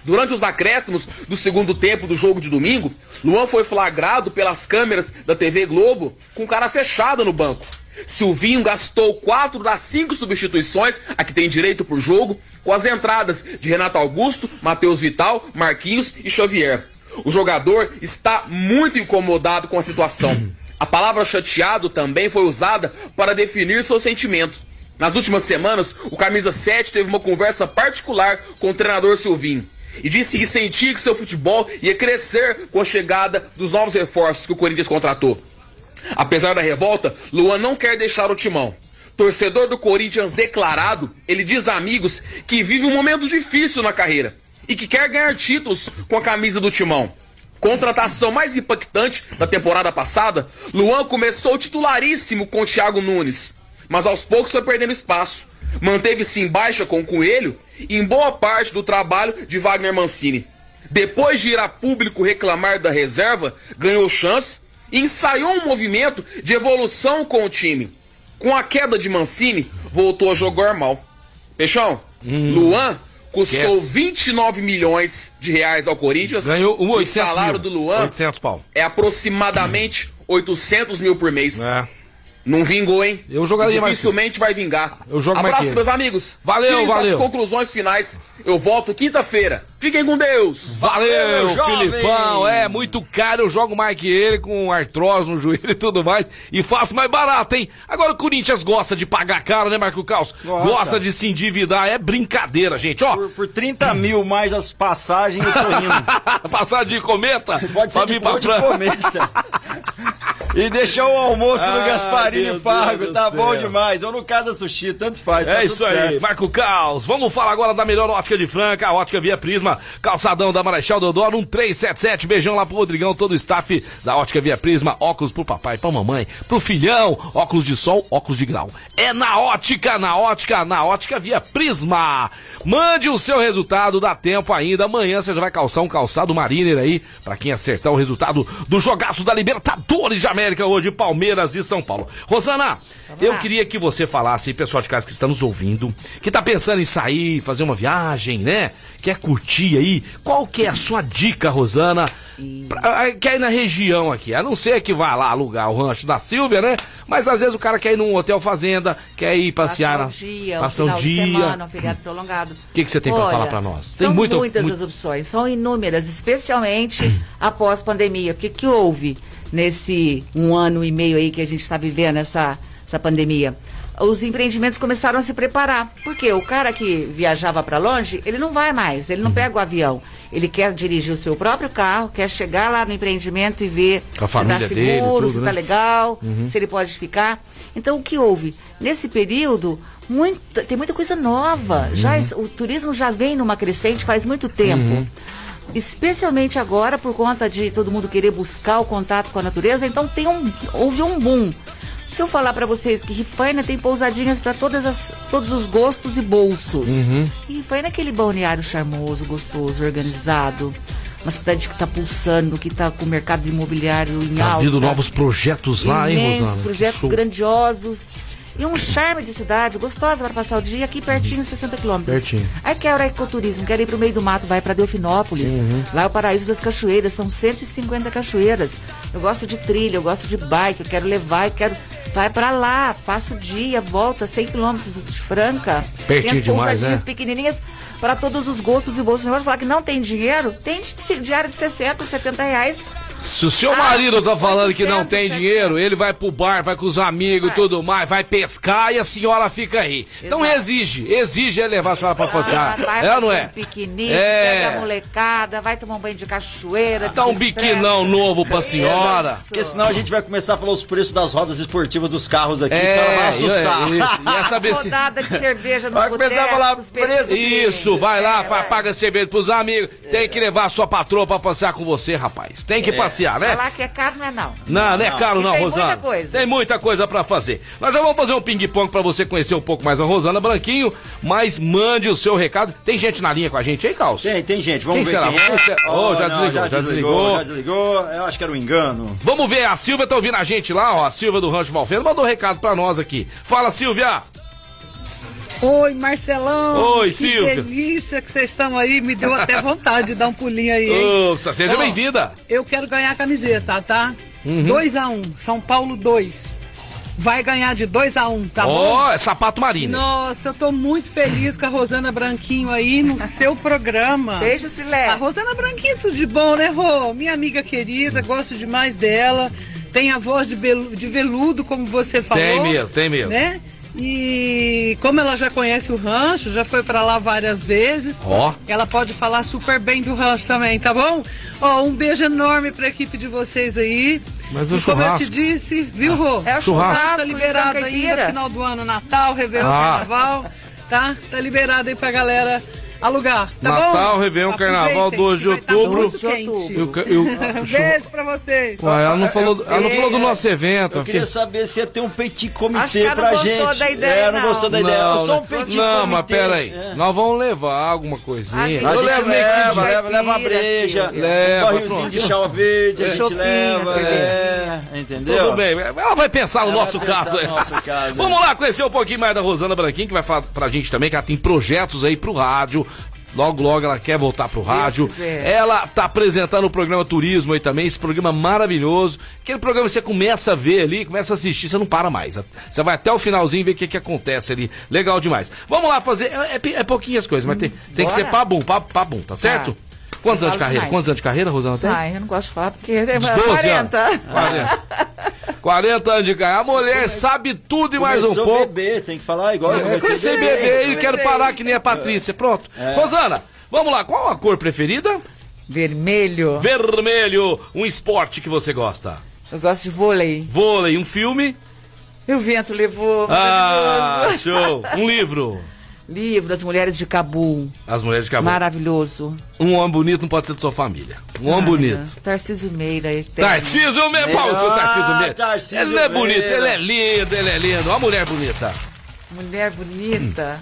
Durante os acréscimos do segundo tempo do jogo de domingo, Luan foi flagrado pelas câmeras da TV Globo com cara fechada no banco. Silvinho gastou 4 das 5 substituições a que tem direito por jogo, com as entradas de Renato Augusto, Matheus Vital, Marquinhos e Xavier. O jogador está muito incomodado com a situação. A palavra chateado também foi usada para definir seu sentimento. Nas últimas semanas, o camisa 7 teve uma conversa particular com o treinador Silvinho e disse que sentia que seu futebol ia crescer com a chegada dos novos reforços que o Corinthians contratou. Apesar da revolta, Luan não quer deixar o timão. Torcedor do Corinthians declarado, ele diz a amigos que vive um momento difícil na carreira e que quer ganhar títulos com a camisa do timão. Contratação mais impactante da temporada passada, Luan começou titularíssimo com o Thiago Nunes, mas aos poucos foi perdendo espaço. Manteve-se em baixa com o Coelho e em boa parte do trabalho de Wagner Mancini. Depois de ir a público reclamar da reserva, ganhou chance e ensaiou um movimento de evolução com o time. Com a queda de Mancini, voltou a jogar mal. Peixão, Luan custou 29 milhões de reais ao Corinthians. Ganhou 800 O salário mil. do Luan 800 pau. é aproximadamente 800 mil por mês. Não vingou, hein? Eu jogaria mais. Dificilmente vai vingar. Eu jogo mais Abraço, que meus amigos. Valeu, valeu. As conclusões finais. Eu volto quinta-feira. Fiquem com Deus. Valeu, jovem. Filipão. É muito caro, eu jogo mais que ele, com artrose no joelho e tudo mais. E faço mais barato, hein? Agora o Corinthians gosta de pagar caro, né, Marco Caos? Gosta de se endividar. É brincadeira, gente, ó. Por 30 mil mais as passagens, eu tô rindo. Passagem de cometa? Pode ser de cometa. E deixou o almoço do Gasparini pago, tá bom demais. Ou no Casa Sushi, tanto faz. É isso aí, Marco Caos. Vamos falar agora da melhor ótica de Franca, a Ótica Via Prisma, calçadão da Marechal Deodoro, 1377. Beijão lá pro Rodrigão, todo o staff da Ótica Via Prisma. Óculos pro papai, pra mamãe, pro filhão, óculos de sol, óculos de grau. É na Ótica Via Prisma. Mande o seu resultado, dá tempo ainda. Amanhã você já vai calçar um calçado Mariner aí, pra quem acertar o resultado do jogaço da Libertadores de América hoje, Palmeiras e São Paulo. Rosana, eu queria que você falasse, pessoal de casa que está nos ouvindo, que tá pensando em sair, fazer uma viagem, né? Quer curtir aí? Qual que é a sua dica, Rosana? Quer ir na região aqui, a não ser que vá lá alugar o rancho da Silvia, né? Mas às vezes o cara quer ir num hotel fazenda, quer ir passear, passar um dia, semana, um feriado prolongado. O que você tem pra falar pra nós? Tem são muitas as opções, são inúmeras, especialmente após pandemia. O que houve nesse 1 ano e meio aí que a gente está vivendo essa pandemia? Os empreendimentos começaram a se preparar, porque o cara que viajava para longe, ele não vai mais, ele não pega o avião, ele quer dirigir o seu próprio carro, quer chegar lá no empreendimento e ver se está seguro, dele, tudo, se está legal, se ele pode ficar. Então o que houve? Nesse período, tem muita coisa nova, o turismo já vem numa crescente faz muito tempo. Especialmente agora, por conta de todo mundo querer buscar o contato com a natureza, então houve um boom. Se eu falar para vocês que Rifaina tem pousadinhas para todos os gostos e bolsos. E Rifaina é aquele balneário charmoso, gostoso, organizado. Uma cidade que está pulsando, que está com o mercado imobiliário em alta. Tá vindo novos projetos lá, hein, Rosana? Projetos grandiosos. E um charme de cidade, gostosa para passar o dia, aqui pertinho, 60 quilômetros. Pertinho. Aí quero ecoturismo, quero ir pro meio do mato, vai para Delfinópolis. Lá é o paraíso das cachoeiras, são 150 cachoeiras. Eu gosto de trilha, eu gosto de bike, eu quero levar, vai para lá, passa o dia, volta 100 quilômetros de Franca. Pertinho tem as demais, pousadinhas pequenininhas para todos os gostos e bolsos. Não pode falar que não tem dinheiro, tem diário de 60, 70 reais. Se o seu marido tá falando que não tem dinheiro, ele vai pro bar, vai com os amigos e tudo mais, vai pescar e a senhora fica aí. Então exige ele levar a senhora pra passear. É ou não é? Piquenique, pega a molecada, vai tomar um banho de cachoeira. Dá um biquinão novo pra senhora. Porque senão a gente vai começar a falar os preços das rodas esportivas dos carros aqui, a senhora vai assustar. Ia saber se... Rodada de cerveja no vai começar a falar preço. Isso, vai lá, paga cerveja pros amigos. Tem que levar a sua patroa pra passear com você, rapaz. Tem que passear. Né? Falar que é caro, não é não. Não é caro não, Rosana. Muita coisa. Tem muita coisa pra fazer. Nós já vamos fazer um ping-pong pra você conhecer um pouco mais a Rosana Branquinho, mas mande o seu recado. Tem gente na linha com a gente aí, Carlos? Tem gente. Vamos ver quem será? Já desligou. Eu acho que era um engano. Vamos ver, a Silvia tá ouvindo a gente lá, ó. A Silvia do Rancho Valfenda mandou um recado pra nós aqui. Fala, Silvia! Oi, Marcelão. Oi, Silvia. Que delícia que vocês estão aí. Me deu até vontade de dar um pulinho aí, hein? Nossa, seja bem-vinda. Eu quero ganhar a camiseta, tá? 2-1, São Paulo 2. Vai ganhar de 2-1, tá bom? É sapato Marine. Nossa, eu tô muito feliz com a Rosana Branquinho aí no seu programa. Beijo, Silé. A Rosana Branquinho, tudo de bom, né, Rô? Minha amiga querida, gosto demais dela. Tem a voz de veludo, como você falou. Tem mesmo. Né? E como ela já conhece o rancho, já foi pra lá várias vezes, ela pode falar super bem do rancho também, tá bom? Um beijo enorme pra equipe de vocês aí. Mas o como churrasco... eu te disse, viu, Rô? É o churrasco. Tá liberado ainda, final do ano, Natal, Réveillon, Carnaval, tá? Tá liberado aí pra galera alugar, tá bom? Natal, Réveillon, Carnaval, 2 de outubro. Beijo pra vocês. Ué, ela não falou do nosso evento. Eu queria saber se ia ter um petit comitê pra pra gente. Não gostou da ideia, não gostou da ideia. Só um petit comitê. Não, mas pera aí. Nós vamos levar alguma coisinha. A gente leva uma breja, um barrilzinho de chá verde, a gente leva. Entendeu? Tudo bem. Ela vai pensar no nosso caso. Vamos lá conhecer um pouquinho mais da Rosana Branquinho, que vai falar pra gente também que ela tem projetos aí pro rádio. Logo, logo ela quer voltar pro rádio. Ela tá apresentando o programa Turismo aí também, esse programa maravilhoso. Aquele programa que você começa a ver ali, começa a assistir, você não para mais. Você vai até o finalzinho e ver o que acontece ali. Legal demais. Vamos lá fazer, é pouquinhas coisas, mas tem que ser pabum, tá certo? Quantos anos de carreira? Demais. Quantos anos de carreira, Rosana, tem? Eu não gosto de falar porque é 40. 40 anos de carreira. A mulher sabe tudo e mais um pouco. Bebê, tem que falar igual. Comecei bebê e quero parar que nem a Patrícia. Pronto. Rosana, vamos lá. Qual a cor preferida? Vermelho. Vermelho. Um esporte que você gosta? Eu gosto de vôlei. Vôlei. Um filme? E o vento levou. Show. Um livro? Livro, As Mulheres de Cabul. As Mulheres de Cabul. Maravilhoso. Um homem bonito não pode ser de sua família. Um homem bonito. Tarcísio Meira. Tarcísio Meira. Tarcísio Meira. Ele não é bonito, ele é lindo. Uma mulher bonita. Mulher bonita.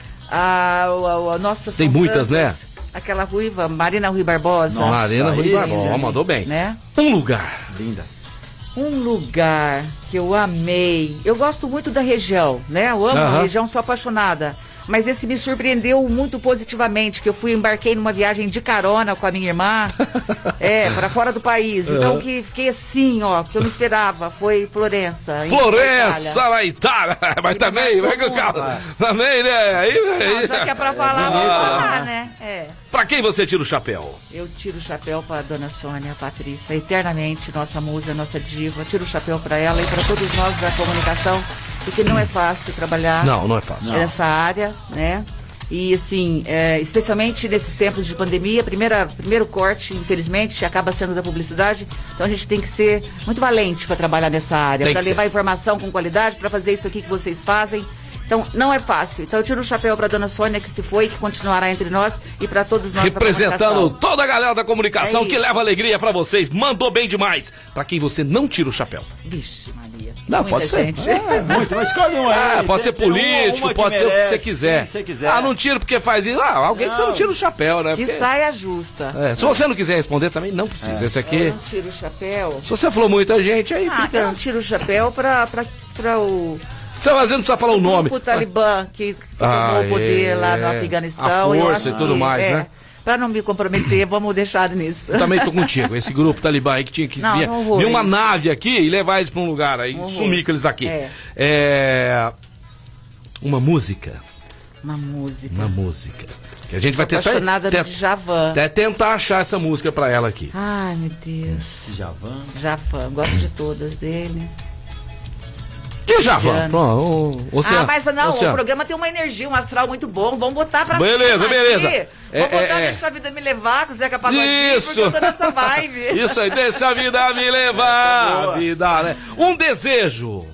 A nossa... Tem muitas, né? Aquela ruiva, Marina Rui Barbosa. Nossa, Marina Rui Barbosa, mandou bem. Né? Um lugar. Linda. Um lugar que eu amei. Eu gosto muito da região, né? Eu amo a região, sou apaixonada. Mas esse me surpreendeu muito positivamente, que eu embarquei numa viagem de carona com a minha irmã, para fora do país. Então que fiquei assim, que eu não esperava, foi Florença. Florença, na Itália. Mas também, vai com calma. Também, né? Aí, já que é pra falar, vamos falar, né? Pra quem você tira o chapéu? Eu tiro o chapéu pra Dona Sônia, Patrícia, eternamente, nossa musa, nossa diva. Tiro o chapéu pra ela e pra todos nós da comunicação, porque não é fácil trabalhar não é fácil nessa área, né? E assim, especialmente nesses tempos de pandemia, primeiro corte, infelizmente, acaba sendo da publicidade. Então a gente tem que ser muito valente para trabalhar nessa área, para levar informação com qualidade, para fazer isso aqui que vocês fazem. Então, não é fácil. Então, eu tiro o chapéu para Dona Sônia, que se foi, que continuará entre nós, e para todos nós representando toda a galera da comunicação que leva alegria para vocês. Mandou bem demais. Para quem você não tira o chapéu. Vixe, Maria. Não, pode ser. Muito, mas escolhe um aí. Pode ser político, pode ser o que você quiser. Não tira porque faz isso. Alguém que você não tira o chapéu, né? Que saia justa. Se você não quiser responder também, não precisa. Esse aqui... Eu não tiro o chapéu. Se você falou muita gente, aí fica... Eu não tiro o chapéu para o... Você não precisa falar o nome. O Talibã que tomou o poder lá no Afeganistão. A força e tudo mais, né? Pra não me comprometer, vamos deixar nisso. Eu também tô contigo. Esse grupo Talibã aí que tinha que vir uma nave aqui e levar eles pra um lugar aí, sumir com eles daqui. Uma música. Uma música. Que a gente vai tentar. Apaixonada no Djavan. Até tentar achar essa música pra ela aqui. Ai, meu Deus. Djavan. Gosto de todas dele. Djavan. Mas não, o programa tem uma energia, um astral muito bom. Vamos botar pra beleza. Vamos botar Deixa a Vida Me Levar com o Zeca Pagodinho, porque eu tô nessa vibe. Isso aí, deixa a vida me levar. Vida, né? Um desejo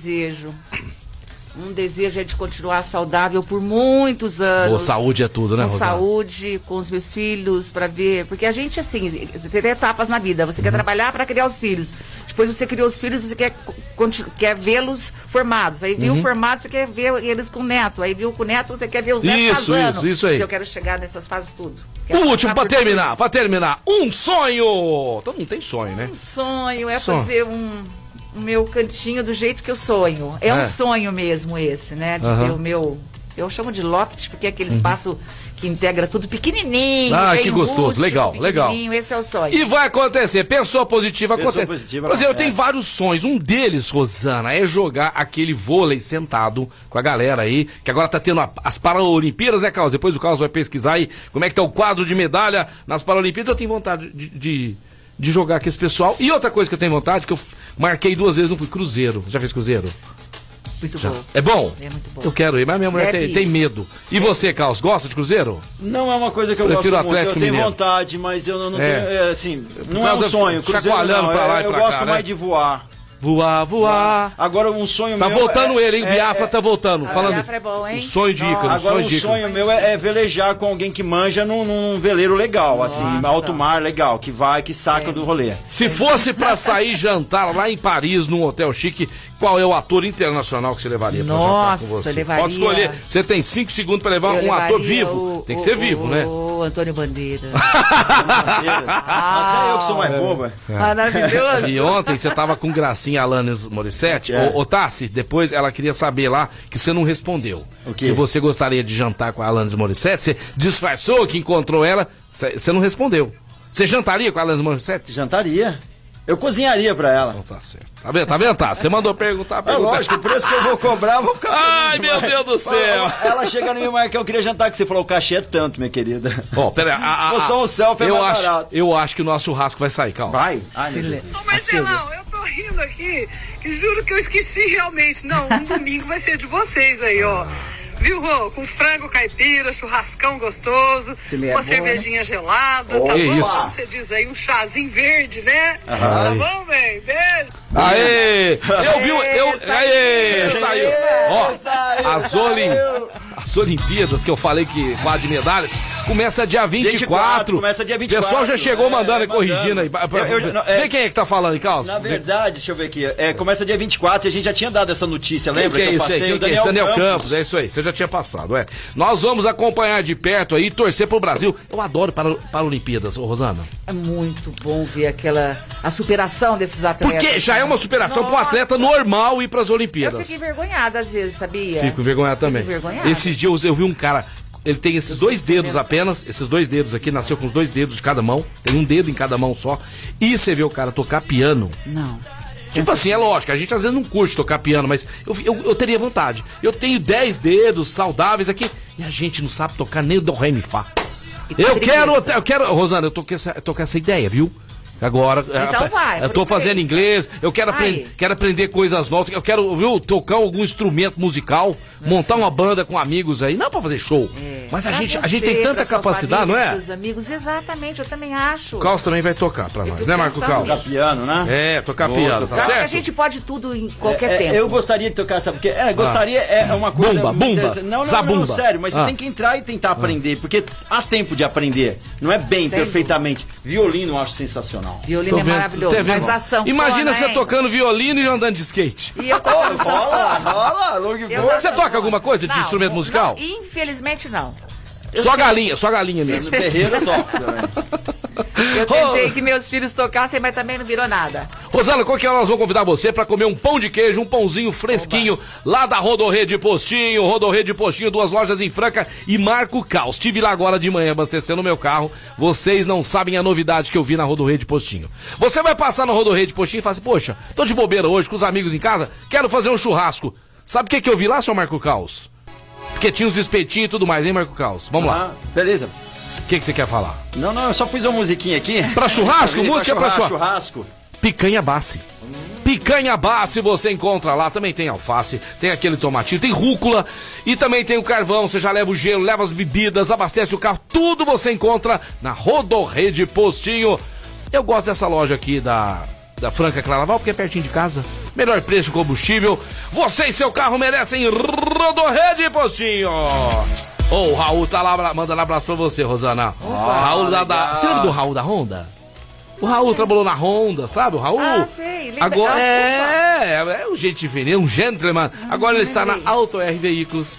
é de continuar saudável por muitos anos. Saúde é tudo, né, Rosana? Saúde, com os meus filhos, pra ver. Porque a gente, assim, tem etapas na vida. Você quer trabalhar pra criar os filhos. Depois você criou os filhos, você quer vê-los formados. Aí viu formado, você quer ver eles com neto. Aí viu com neto, você quer ver os netos casando. Isso aí. Eu quero chegar nessas fases tudo. O último, pra terminar. Um sonho! Todo mundo tem sonho, né? Um sonho fazer o meu cantinho do jeito que eu sonho. Um sonho mesmo esse, né? De ter o meu Eu chamo de loft porque é aquele espaço que integra tudo pequenininho. Ah, que gostoso, legal. Esse é o sonho. E vai acontecer, pensou positivo, acontece. Por exemplo, eu tenho vários sonhos. Um deles, Rosana, é jogar aquele vôlei sentado com a galera aí, que agora tá tendo as Paralimpíadas, né, Carlos? Depois o Carlos vai pesquisar aí como é que tá o quadro de medalha nas Paralimpíadas. Eu tenho vontade de jogar com esse pessoal. E outra coisa que eu tenho vontade, que eu marquei 2 vezes, não fui Cruzeiro. Já fez Cruzeiro? Muito bom. É bom? É muito bom. Eu quero ir, mas minha mulher tem medo. E você, Carlos, gosta de Cruzeiro? Não é uma coisa que eu Prefiro gosto muito. Atlético Eu tenho Mineiro. vontade, mas eu não tenho, assim, não é um sonho. Cruzeiro, chacoalhando pra lá e pra cá, eu gosto mais de voar. Voar. Agora um sonho tá meu... Tá voltando ele, hein? Biafra tá voltando. Falando. Biafra é bom, hein? Um sonho de Ícaro. Agora um sonho meu é velejar com alguém que manja num veleiro legal, assim, alto mar legal, que vai, que saca do rolê. Se fosse pra sair jantar lá em Paris, num hotel chique, qual é o ator internacional que você levaria pra jantar com você? Levaria... Pode escolher. Você tem 5 segundos pra levar um ator vivo. Tem que ser vivo, né? O Antônio Bandeira. Até eu que sou mais boba. Maravilhoso. E ontem você tava com gracinha Alanis Morissette. Ô Tassi, depois ela queria saber lá que você não respondeu. Se você gostaria de jantar com a Alanis Morissette, você disfarçou que encontrou ela, você não respondeu. Você jantaria com a Alanis Morissette? Jantaria. Eu cozinharia pra ela. Não, tá certo. Tá vendo, tá? Você mandou perguntar. É lógico, o preço que eu vou cobrar, eu vou ficar... Ai, meu Deus do céu. Ela chega no meu Marcão, eu queria jantar que você falou, o cachê é tanto, minha querida. Ó, pera aí. Poção o céu, pelo barato. Eu acho que o nosso churrasco vai sair, Carlos. Vai? Marcelão, eu tô rindo aqui, que juro que eu esqueci realmente. Não, um domingo vai ser de vocês aí, ó. Viu, Rô? Com frango caipira, churrascão gostoso, uma cervejinha gelada, tá bom? Isso. Você diz aí, um chazinho verde, né? Tá bom, bem? Beijo. Aê! Aê! Saiu! Ó, as Olimpíadas que eu falei que quadro de medalhas começa dia 24. Começa dia 24. O pessoal já chegou mandando e corrigindo aí. Vê quem é que tá falando aí, Carlos. Na verdade, deixa eu ver aqui. Começa dia 24 e a gente já tinha dado essa notícia, lembra? Que é isso aí? Daniel Campos, é isso aí. Você já tinha passado, Nós vamos acompanhar de perto aí e torcer pro Brasil. Eu adoro Paralimpíadas, Rosana. É muito bom ver a superação desses atletas. Porque já é uma superação para um atleta normal ir para as Olimpíadas. Eu fico envergonhada às vezes, sabia? Fico envergonhada também. Esses dias eu vi um cara, ele tem esses 2 dedos apenas, esses 2 dedos aqui, nasceu com os 2 dedos de cada mão, tem um dedo em cada mão só, e você vê o cara tocar piano. Não. Tipo assim, é lógico, a gente às vezes não curte tocar piano, mas eu teria vontade. Eu tenho 10 dedos saudáveis aqui, e a gente não sabe tocar nem o do ré mi fá. Eu quero, Rosana, eu tô com essa ideia, viu? Agora, então eu tô fazendo inglês, eu quero aprender coisas novas, eu quero, tocar algum instrumento musical, montar uma banda com amigos aí, não pra fazer show, mas a gente tem tanta capacidade, não é? Seus amigos, exatamente, eu também acho. O Carlos também vai tocar pra nós, né, Marco Carlos? Tocar piano, né? Tocar piano, tá certo? A gente pode tudo em qualquer tempo. Eu gostaria de tocar, sabe? Porque gostaria é uma coisa... Bumba, não, sério, mas você tem que entrar e tentar aprender, porque há tempo de aprender, não é bem perfeitamente. Violino eu acho sensacional. Violino é maravilhoso, mas ação. Imagina você tocando violino e andando de skate. E eu tocando rola, Você toca alguma coisa de instrumento musical? Infelizmente não. Só galinha mesmo. No terreiro eu toco também. Eu tentei que meus filhos tocassem, mas também não virou nada. Rosana, qual que é hora nós vamos convidar você para comer um pão de queijo, um pãozinho fresquinho, lá da Rodorrede Postinho. Rodorrede Postinho, 2 lojas em Franca e Marco Caos. Estive lá agora de manhã abastecendo o meu carro. Vocês não sabem a novidade que eu vi na Rodorrede Postinho. Você vai passar na Rodorrede Postinho e fala assim, poxa, tô de bobeira hoje com os amigos em casa, quero fazer um churrasco. Sabe o que eu vi lá, seu Marco Caos? Porque tinha uns espetinhos e tudo mais, hein, Marco Caos? Vamos lá. Beleza. O que você quer falar? Não, eu só pus uma musiquinha aqui. Pra churrasco? Música pra churrasco. Picanha Bassi. Picanha Bassi você encontra lá. Também tem alface, tem aquele tomatinho, tem rúcula e também tem o carvão. Você já leva o gelo, leva as bebidas, abastece o carro. Tudo você encontra na Rodorrede Postinho. Eu gosto dessa loja aqui da Franca Claraval, porque é pertinho de casa. Melhor preço de combustível. Você e seu carro merecem Rodorrede Postinho. O Raul tá lá mandando abraço pra você, Rosana. Raul você lembra do Raul da Honda? O Raul trabalhou na Honda, sabe? O Raul. Sei. Agora é um gente diferente, um gentleman. Agora ele está na Auto R Veículos.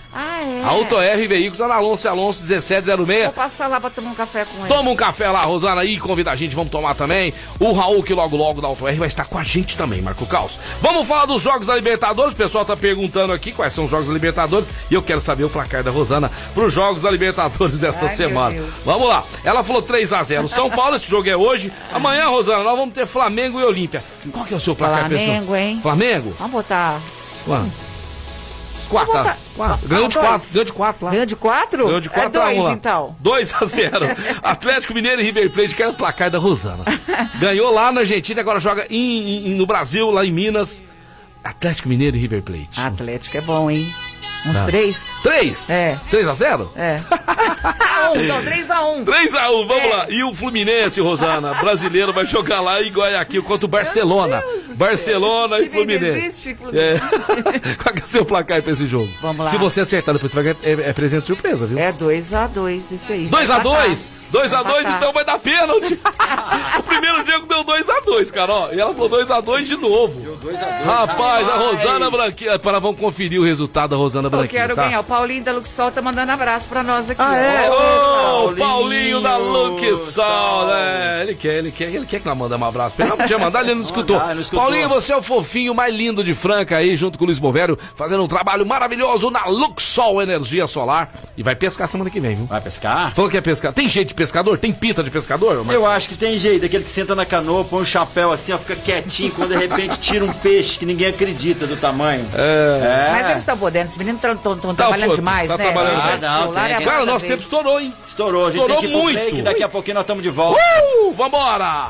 Auto R Veículos, Ana Alonso 1706. Vou passar lá pra tomar um café com ele. Toma um café lá, Rosana, e convida a gente, vamos tomar também. O Raul, que logo da Auto R vai estar com a gente também, Marco Caos. Vamos falar dos jogos da Libertadores. O pessoal tá perguntando aqui quais são os jogos da Libertadores e eu quero saber o placar da Rosana pros jogos da Libertadores dessa semana. Vamos lá. Ela falou 3-0. São Paulo, esse jogo é hoje. Amanhã, Rosana, nós vamos ter Flamengo e Olímpia. Qual que é o seu placar, pessoal? Flamengo, hein? Flamengo? Vamos botar... Quatro. Ganhou de 4. Ganhou de 4 lá. Ganhou de 4? Ganhou de 4 a 1 então. 2-0. Atlético Mineiro e River Plate, que era o placar da Rosana. Ganhou lá na Argentina, agora joga no Brasil, lá em Minas. Atlético Mineiro e River Plate. Atlético é bom, hein? Uns 3? 3? É. 3-0? É. Então, 3-1. 3-1, vamos lá. E o Fluminense, Rosana, brasileiro, vai jogar lá em Guayaquil contra o Barcelona. Barcelona e Fluminense. Existe, Fluminense. Qual que é o seu placar pra esse jogo? Vamos lá. Se você acertar, depois você vai ganhar presente surpresa, viu? É 2-2, isso aí. 2-2? 2-2, então vai dar pênalti. O primeiro jogo deu 2-2, Carol. E ela falou 2-2 de novo. Deu 2-2. Rapaz, a Rosana Branquinha. Vamos conferir o resultado da Rosana Branquinha. Eu quero ganhar. O Paulinho da Luxol tá mandando abraço pra nós aqui. O Paulinho da Luxol, né? Ele quer que nós mandamos um abraço. Ele não podia mandar, ele não escutou. Paulinho, você é o fofinho mais lindo de Franca aí, junto com o Luiz Bovério, fazendo um trabalho maravilhoso na Luxol Energia Solar. E vai pescar semana que vem, viu? Vai pescar? Falou que é pescar. Tem jeito de pescador? Tem pinta de pescador? Eu acho que tem jeito. Aquele que senta na canoa, põe um chapéu assim, ó, fica quietinho, quando de repente tira um peixe que ninguém acredita do tamanho. Mas eles estão podendo, esses meninos estão trabalhando demais, né? Trabalhando demais. Cara, o nosso tempo estourou, hein? Estourou, a gente tem que ir pro muito. Play, que daqui a pouquinho nós estamos de volta. Vambora!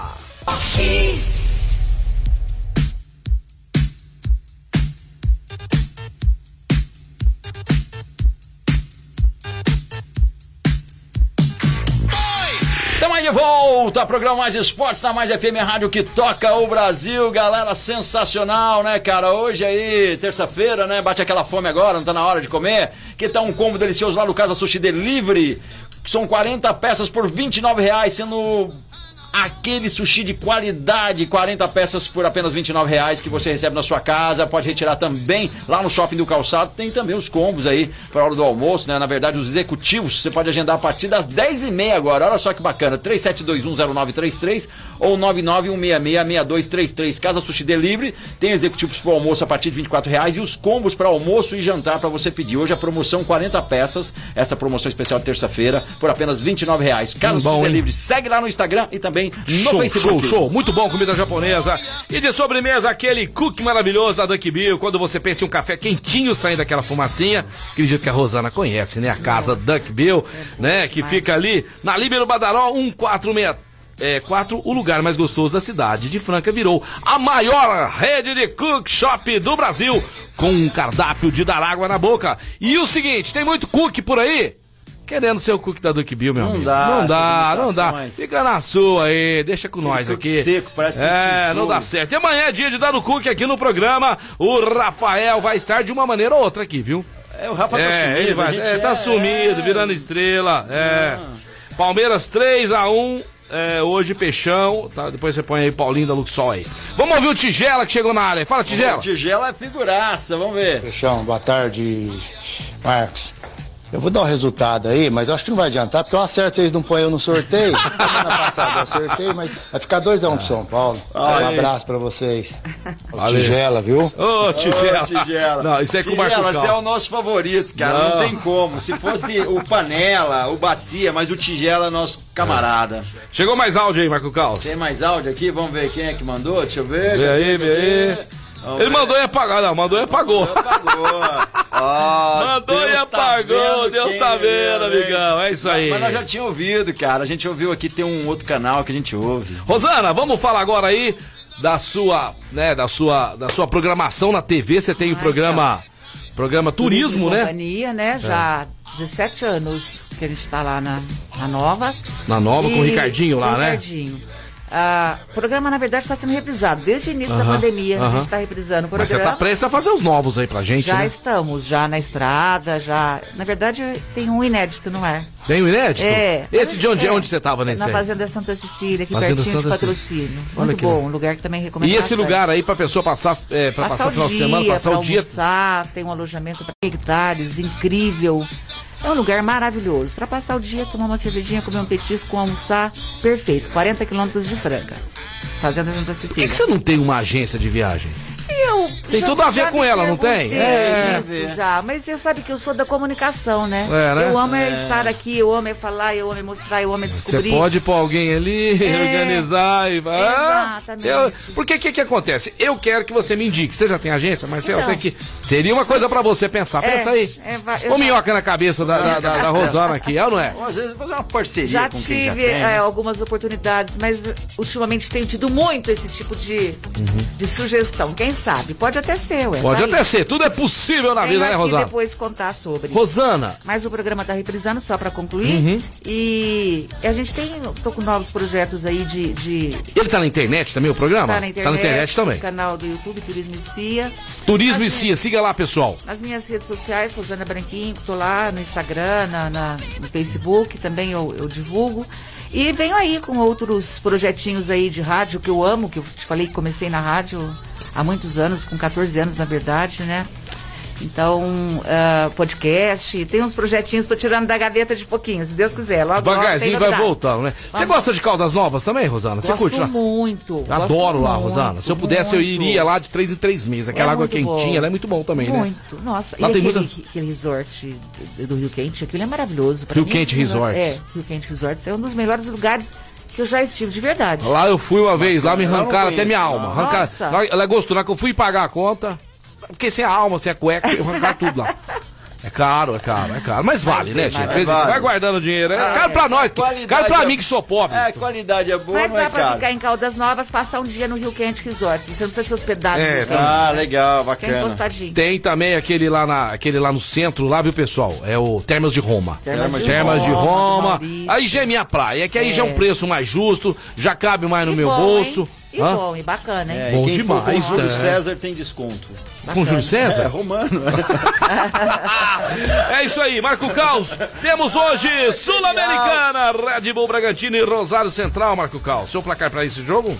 Estamos aí de volta, programa Mais Esportes na Mais FM, rádio que toca o Brasil, galera, sensacional, né, cara? Hoje aí, terça-feira, né, bate aquela fome agora, não tá na hora de comer? Que tá um combo delicioso lá no Casa Sushi Delivery, que são 40 peças por R$29, sendo aquele sushi de qualidade, 40 peças por apenas R$29 que você recebe na sua casa, pode retirar também lá no Shopping do Calçado, tem também os combos aí para a hora do almoço, né? Na verdade, os executivos, você pode agendar a partir das 10h30 agora, olha só que bacana, 37210933 ou 991666233, Casa Sushi Delivery, tem executivos para o almoço a partir de R$24 e os combos para almoço e jantar para você pedir. Hoje a promoção 40 peças, essa promoção especial de terça-feira, por apenas R$29. Casa Sushi Delivery, segue lá no Instagram e também no Facebook. Show. Muito bom, comida japonesa. E de sobremesa, aquele cookie maravilhoso da Duck Bill. Quando você pensa em um café quentinho saindo daquela fumacinha, acredito que a Rosana conhece, né? A casa Duck Bill, né? Que fica ali na Líbero Badaró 1464, o lugar mais gostoso da cidade de Franca. Virou a maior rede de cook shop do Brasil, com um cardápio de dar água na boca. E o seguinte, tem muito cookie por aí? Querendo ser o cookie da Duck Bill, meu amigo. Não dá. Fica na sua aí, deixa com nós aqui. Seco, parece não dá certo. E amanhã é dia de dar o cookie aqui no programa. O Rafael vai estar de uma maneira ou outra aqui, viu? O Rafa tá sumido. Ele tá sumido, virando estrela. Palmeiras 3-1. Hoje Peixão, tá? Depois você põe aí Paulinho da Luxol aí. Vamos ouvir o Tigela que chegou na área. Fala, Tigela. O Tigela é figuraça, vamos ver. Peixão, boa tarde, Marcos. Eu vou dar um resultado aí, mas eu acho que não vai adiantar, porque eu acerto, vocês não põem eu no sorteio. Semana passada eu acertei, mas vai ficar 2-1 pro São Paulo. Um abraço pra vocês. Tigela, viu? Ô, Tigela. Não, isso é com o Marco Cal. Você é o nosso favorito, cara. Não tem como. Se fosse o Panela, o Bacia, mas o Tigela é nosso camarada. Chegou mais áudio aí, Marco Cal. Tem mais áudio aqui? Vamos ver quem é que mandou. Deixa eu ver. Vê aí. Ele mandou e apagou. Não, mandou e apagou. Mandou e apagou. Deus tá vendo, amigão. É isso aí. Mas nós já tínhamos ouvido, cara. A gente ouviu aqui, tem um outro canal que a gente ouve. Rosana, vamos falar agora aí da sua programação na TV. Você tem o programa Turismo, né? Companhia, né? Já 17 anos que a gente tá lá na Nova. Na Nova, com o Ricardinho lá, né? Ricardinho. O programa, na verdade, está sendo reprisado. Desde o início da pandemia, a gente está reprisando o programa. Mas você está prestes a fazer os novos aí pra gente, já né? Estamos, já na estrada, já... Na verdade, tem um inédito no ar. Tem um inédito? É. Esse de onde você estava nesse Na aí? Fazenda Santa Cecília, aqui Fazenda pertinho Santa de Patrocínio. Olha Muito bom, um lugar que também recomendo. E esse lugar aí pra pessoa passar o final de semana, passar o dia... almoçar, tem um alojamento para hectares, incrível. É um lugar maravilhoso. Para passar o dia, tomar uma cervejinha, comer um petisco, almoçar, perfeito. 40 quilômetros de Franca. Fazenda Santa Cecília. Por que você não tem uma agência de viagem? Tem tudo a ver com ela, não tem? Isso, já. Mas você sabe que eu sou da comunicação, né? Né? Eu amo estar aqui, eu amo falar, eu amo mostrar, eu amo descobrir. Você pode pôr alguém ali, organizar e vai. Exatamente. Porque o que acontece? Eu quero que você me indique. Você já tem agência, mas você tem que... Seria uma coisa pra você pensar. Pensa aí. Ô minhoca na cabeça da Rosana aqui, é ou não é? Às vezes fazer uma parceria já com quem tive já tem. algumas oportunidades, mas ultimamente tenho tido muito esse tipo de sugestão. Quem sabe? Pode até ser, ué. Pode até ser. Tudo é possível na vida, né, Rosana? Depois contar sobre. Rosana. Mas o programa tá reprisando, só pra concluir. E a gente tô com novos projetos aí de... Ele tá na internet também, o programa? Tá na internet também. No canal do YouTube, Turismo e Cia. Turismo e Cia, siga lá, pessoal. Nas minhas redes sociais, Rosana Branquinho, tô lá no Instagram, no Facebook, também eu divulgo. E venho aí com outros projetinhos aí de rádio que eu amo, que eu te falei que comecei na rádio há muitos anos, com 14 anos, na verdade, né? Então, podcast, tem uns projetinhos, tô tirando da gaveta de pouquinho, se Deus quiser. Logo, devagarzinho vai voltando, né? Você gosta de Caldas Novas também, Rosana? Você curte lá? Muito. Adoro lá, Rosana. Se eu pudesse, eu iria lá de 3 em 3 meses. Aquela água quentinha, ela é muito bom também, né? Muito. Nossa, lá e tem aquele resort do Rio Quente, aquilo é maravilhoso. Rio Quente Resort. Rio Quente Resort é um dos melhores lugares que eu já estive, de verdade. Lá eu fui uma vez, lá me arrancaram até minha alma. Ela gostou, na que eu fui pagar a conta... Porque sem a alma, sem a cueca, eu vou arrancar tudo lá. É caro. Mas vale, né, gente? Vale. Vai guardando dinheiro. É caro pra nós, caro pra mim que sou pobre. A qualidade é boa, mas dá pra ficar em Caldas Novas, passar um dia no Rio Quente Resort. Você não precisa se hospedar no Rio Quente. Legal, bacana. Sem encostadinho. Tem também aquele lá no centro, lá, viu, pessoal? É o Termas de Roma. Termas de Roma. Aí já é minha praia, que aí já é um preço mais justo, já cabe mais no meu bolso. Hein? E bom, e bacana, hein? Bom demais. Com Júlio César tem desconto. Bacana. Com Júlio César? É, romano. É isso aí, Marco Caos. Temos hoje Sul-Americana, Red Bull Bragantino e Rosário Central, Marco Caos. Seu placar pra esse jogo?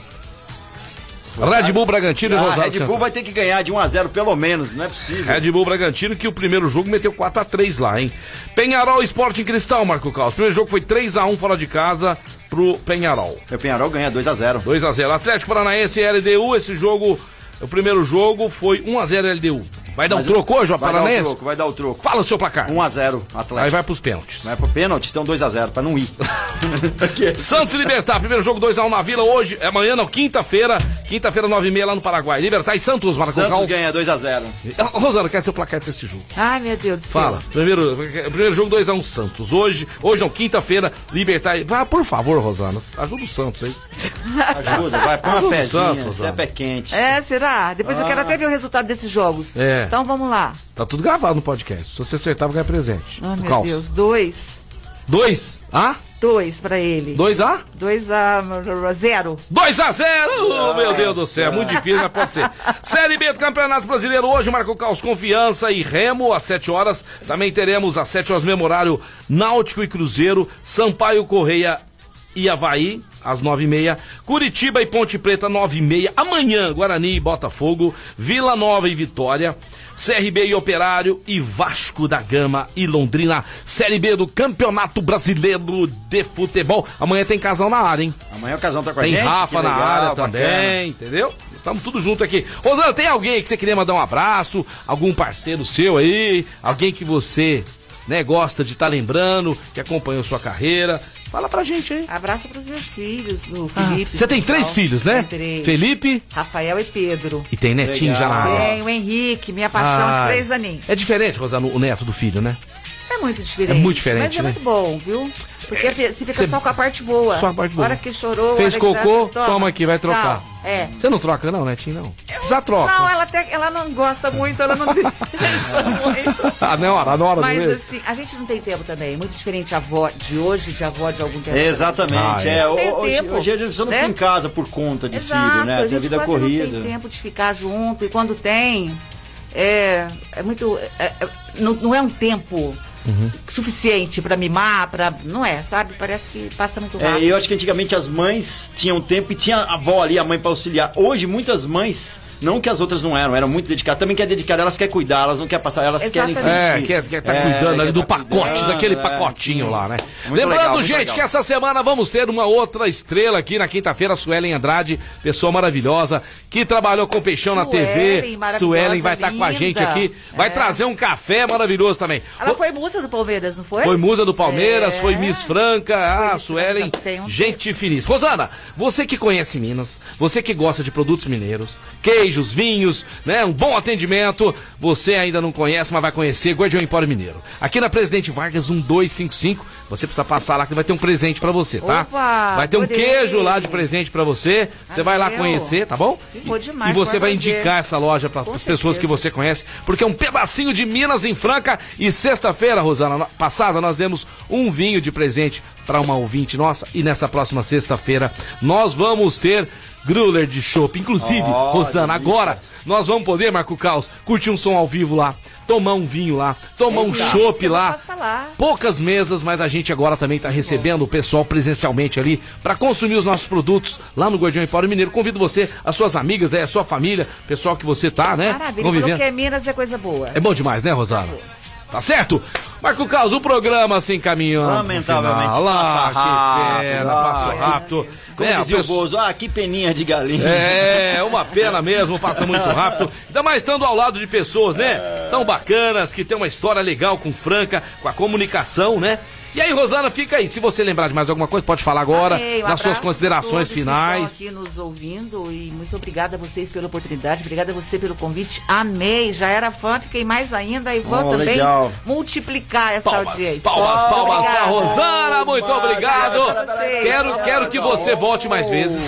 Red Bull Bragantino e Rosário Central. Red Bull vai ter que ganhar de 1-0 pelo menos, não é possível. Red Bull Bragantino, que o primeiro jogo meteu 4-3 lá, hein? Penharol Sporting Cristal, Marco Caos. O primeiro jogo foi 3-1 fora de casa pro Penharol. O Penharol ganha 2-0. 2-0. Atlético Paranaense e LDU, esse jogo... O primeiro jogo foi 1-0 LDU. Vai dar um troco hoje, ó, Paranaense? Vai dar o troco. Fala o seu placar. 1-0, Atlético. Aí vai pros pênaltis. Vai pro pênalti, então 2-0, pra não ir. Santos e Libertad, primeiro jogo 2-1 na Vila, hoje, amanhã não, quinta-feira, 9h30 lá no Paraguai. Libertad e Santos, Marco Caos. Santos ganha 2-0. Rosana, quer seu placar pra esse jogo? Ai, meu Deus do céu. Fala, primeiro jogo 2-1 Santos. Hoje não, quinta-feira, Libertad. Vai, por favor, Rosana, ajuda o Santos aí. Ajuda, vai, põe uma pezinha, você é pé quente. Será? Depois eu quero até ver o resultado desses jogos. Então vamos lá. Tá tudo gravado no podcast. Se você acertar, vai ganhar presente. Ai, meu Deus. 2. 2? 2 pra ele. 2-0? 2-0. 2-0! Meu Deus do céu, muito difícil, mas pode ser. Série B do Campeonato Brasileiro hoje, Marco Caos, Confiança e Remo, às 7 horas. Também teremos às 7 horas mesmo horário, Náutico e Cruzeiro, Sampaio Correia e Avaí, às 9h30. Curitiba e Ponte Preta, 9h30. Amanhã, Guarani e Botafogo, Vila Nova e Vitória, CRB e Operário e Vasco da Gama e Londrina. Série B do Campeonato Brasileiro de Futebol. Amanhã tem casal na área, hein? Amanhã o casal tá com a gente. Tem Rafa na área também, entendeu? Estamos tudo junto aqui. Rosana, tem alguém que você queria mandar um abraço? Algum parceiro seu aí? Alguém que você, gosta de estar lembrando, que acompanhou sua carreira? Fala pra gente aí. Abraço pros meus filhos, do Felipe. Você tem 3 filhos, né? Tem 3. Felipe, Rafael e Pedro. E tem netinho já na área. Tem o Henrique, minha paixão de 3 aninhos. É diferente, Rosana, o neto do filho, né? É muito diferente. É muito diferente, mas é muito bom, viu? Porque se fica só com a parte boa. Só a parte boa. A hora que chorou... Fez cocô, toma aqui, vai trocar. Tchau. É. Você não troca não, Netinho, não? Já troca. Não, ela não gosta muito, ela não deixa muito. Na hora Mas do assim, a gente não tem tempo também. É muito diferente a avó de hoje, de avó de algum tempo. Exatamente. Hoje a gente não fica em casa por conta de filho, né? Tem a vida corrida. Não tem tempo de ficar junto. E quando tem, é muito... não é um tempo... suficiente pra mimar, não é, sabe? Parece que passa muito rápido. Eu acho que antigamente as mães tinham tempo e tinha a avó ali, a mãe pra auxiliar. Hoje muitas mães, não que as outras não eram muito dedicadas, também quer dedicar, elas querem cuidar, elas não querem passar, elas querem sentir. Quer tá cuidando ali do pacote, daquele pacotinho lá, né? Muito lembrando, legal, gente, legal. Que essa semana vamos ter uma outra estrela aqui na quinta-feira, a Suelen Andrade, pessoa maravilhosa, que trabalhou com Peixão na TV. Suelen vai estar com a gente aqui, vai trazer um café maravilhoso também. Ela foi musa do Palmeiras, não foi? Foi musa do Palmeiras, foi Miss Franca, Suelen, gente finíssima. Rosana, você que conhece Minas, você que gosta de produtos mineiros, queijos, vinhos, né? Um bom atendimento. Você ainda não conhece, mas vai conhecer Guardião Empório Mineiro. Aqui na Presidente Vargas 1255. Você precisa passar lá que vai ter um presente pra você, tá? Opa, vai ter um queijo lá de presente pra você. Você vai lá conhecer, tá bom? Ficou demais. E você vai indicar essa loja para as pessoas que você conhece, porque é um pedacinho de Minas em Franca. E sexta-feira, Rosana, passada, nós demos um vinho de presente para uma ouvinte nossa. E nessa próxima sexta-feira nós vamos ter Grüller de chopp. Inclusive, Rosana, agora nós vamos poder, Marco Caos, curtir um som ao vivo lá, tomar um vinho lá, tomar um chopp lá. Poucas mesas, mas a gente agora também está recebendo o pessoal presencialmente ali para consumir os nossos produtos lá no Guardião Empório Mineiro. Convido você, as suas amigas, a sua família, pessoal que você tá, né? Maravilha, convivendo. Porque Minas é coisa boa. É bom demais, né, Rosana? Tá certo? Marco Caos, o programa assim caminhando. Lamentavelmente passa rápido. Que pena, passou rápido. Como dizia o Bozo, que peninha de galinha. É, uma pena mesmo, passa muito rápido. Ainda mais estando ao lado de pessoas, né? Tão bacanas, que tem uma história legal com Franca, com a comunicação, né? E aí, Rosana, fica aí. Se você lembrar de mais alguma coisa, pode falar agora, nas suas considerações finais. Que estão aqui nos ouvindo e muito obrigada a vocês pela oportunidade, obrigada a você pelo convite. Amei, já era fã, fiquei mais ainda e vou também multiplicar essa audiência. Palmas pra Rosana, muito obrigado. Quero que você volte mais vezes.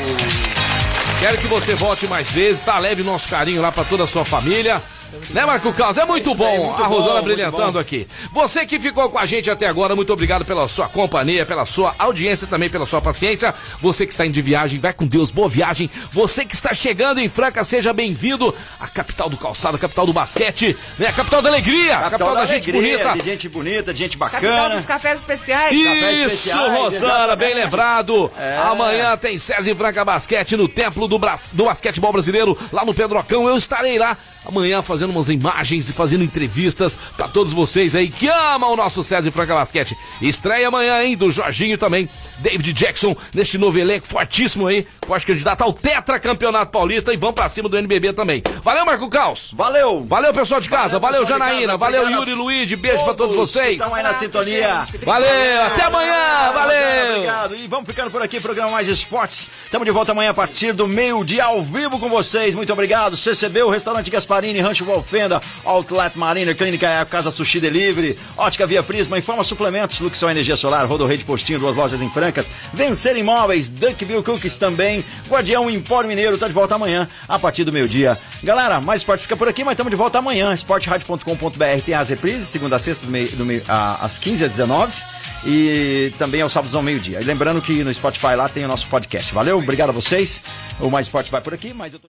Quero que você volte mais vezes, tá? Leve nosso carinho lá pra toda a sua família. Né, Marco Caos? É muito bom a Rosana brilhantando aqui. Você que ficou com a gente até agora, muito obrigado pela sua companhia, pela sua audiência, também pela sua paciência. Você que está indo de viagem, vai com Deus, boa viagem. Você que está chegando em Franca, seja bem-vindo à capital do calçado, a capital do basquete, né? A capital da alegria, a capital da gente bonita. De gente bonita, de gente bacana. Capital dos cafés especiais. Isso, Rosana, bem lembrado. Amanhã tem César Franca Basquete no Templo do Basquetebol Brasileiro, lá no Pedrocão. Eu estarei lá amanhã fazendo umas imagens e fazendo entrevistas pra todos vocês aí que amam o nosso César Franca Basquete. Estreia amanhã, hein, do Jorginho também, David Jackson, neste novo elenco fortíssimo aí, forte candidato ao tetracampeonato paulista, e vamos pra cima do NBB também. Valeu, Marco Caos. Valeu. Valeu, pessoal de casa. Valeu, Janaína. Valeu, Yuri Luiz. Beijo pra todos vocês. Estão aí na sintonia. Valeu, até amanhã. Valeu. Obrigado. E vamos ficando por aqui, programa Mais Esportes. Estamos de volta amanhã a partir do meio-dia ao vivo com vocês. Muito obrigado. CCB, o Restaurante Gasparini, Rancho Valfenda, Outlet Marina, Clínica Casa Sushi Delivery, Ótica Via Prisma, Informa Suplementos, Luxão Energia Solar, Rodorrei de Postinho, 2 lojas em Francas, Vencer Imóveis, Duckbill Cookies também, Guardião Empório Mineiro, tá de volta amanhã a partir do meio-dia. Galera, Mais Esporte fica por aqui, mas estamos de volta amanhã. Esporteradio.com.br tem as reprises, segunda a sexta, às 15 às 19 e também aos sábados ao meio-dia. E lembrando que no Spotify lá tem o nosso podcast. Valeu, obrigado a vocês. O Mais Esporte vai por aqui, mas eu tô...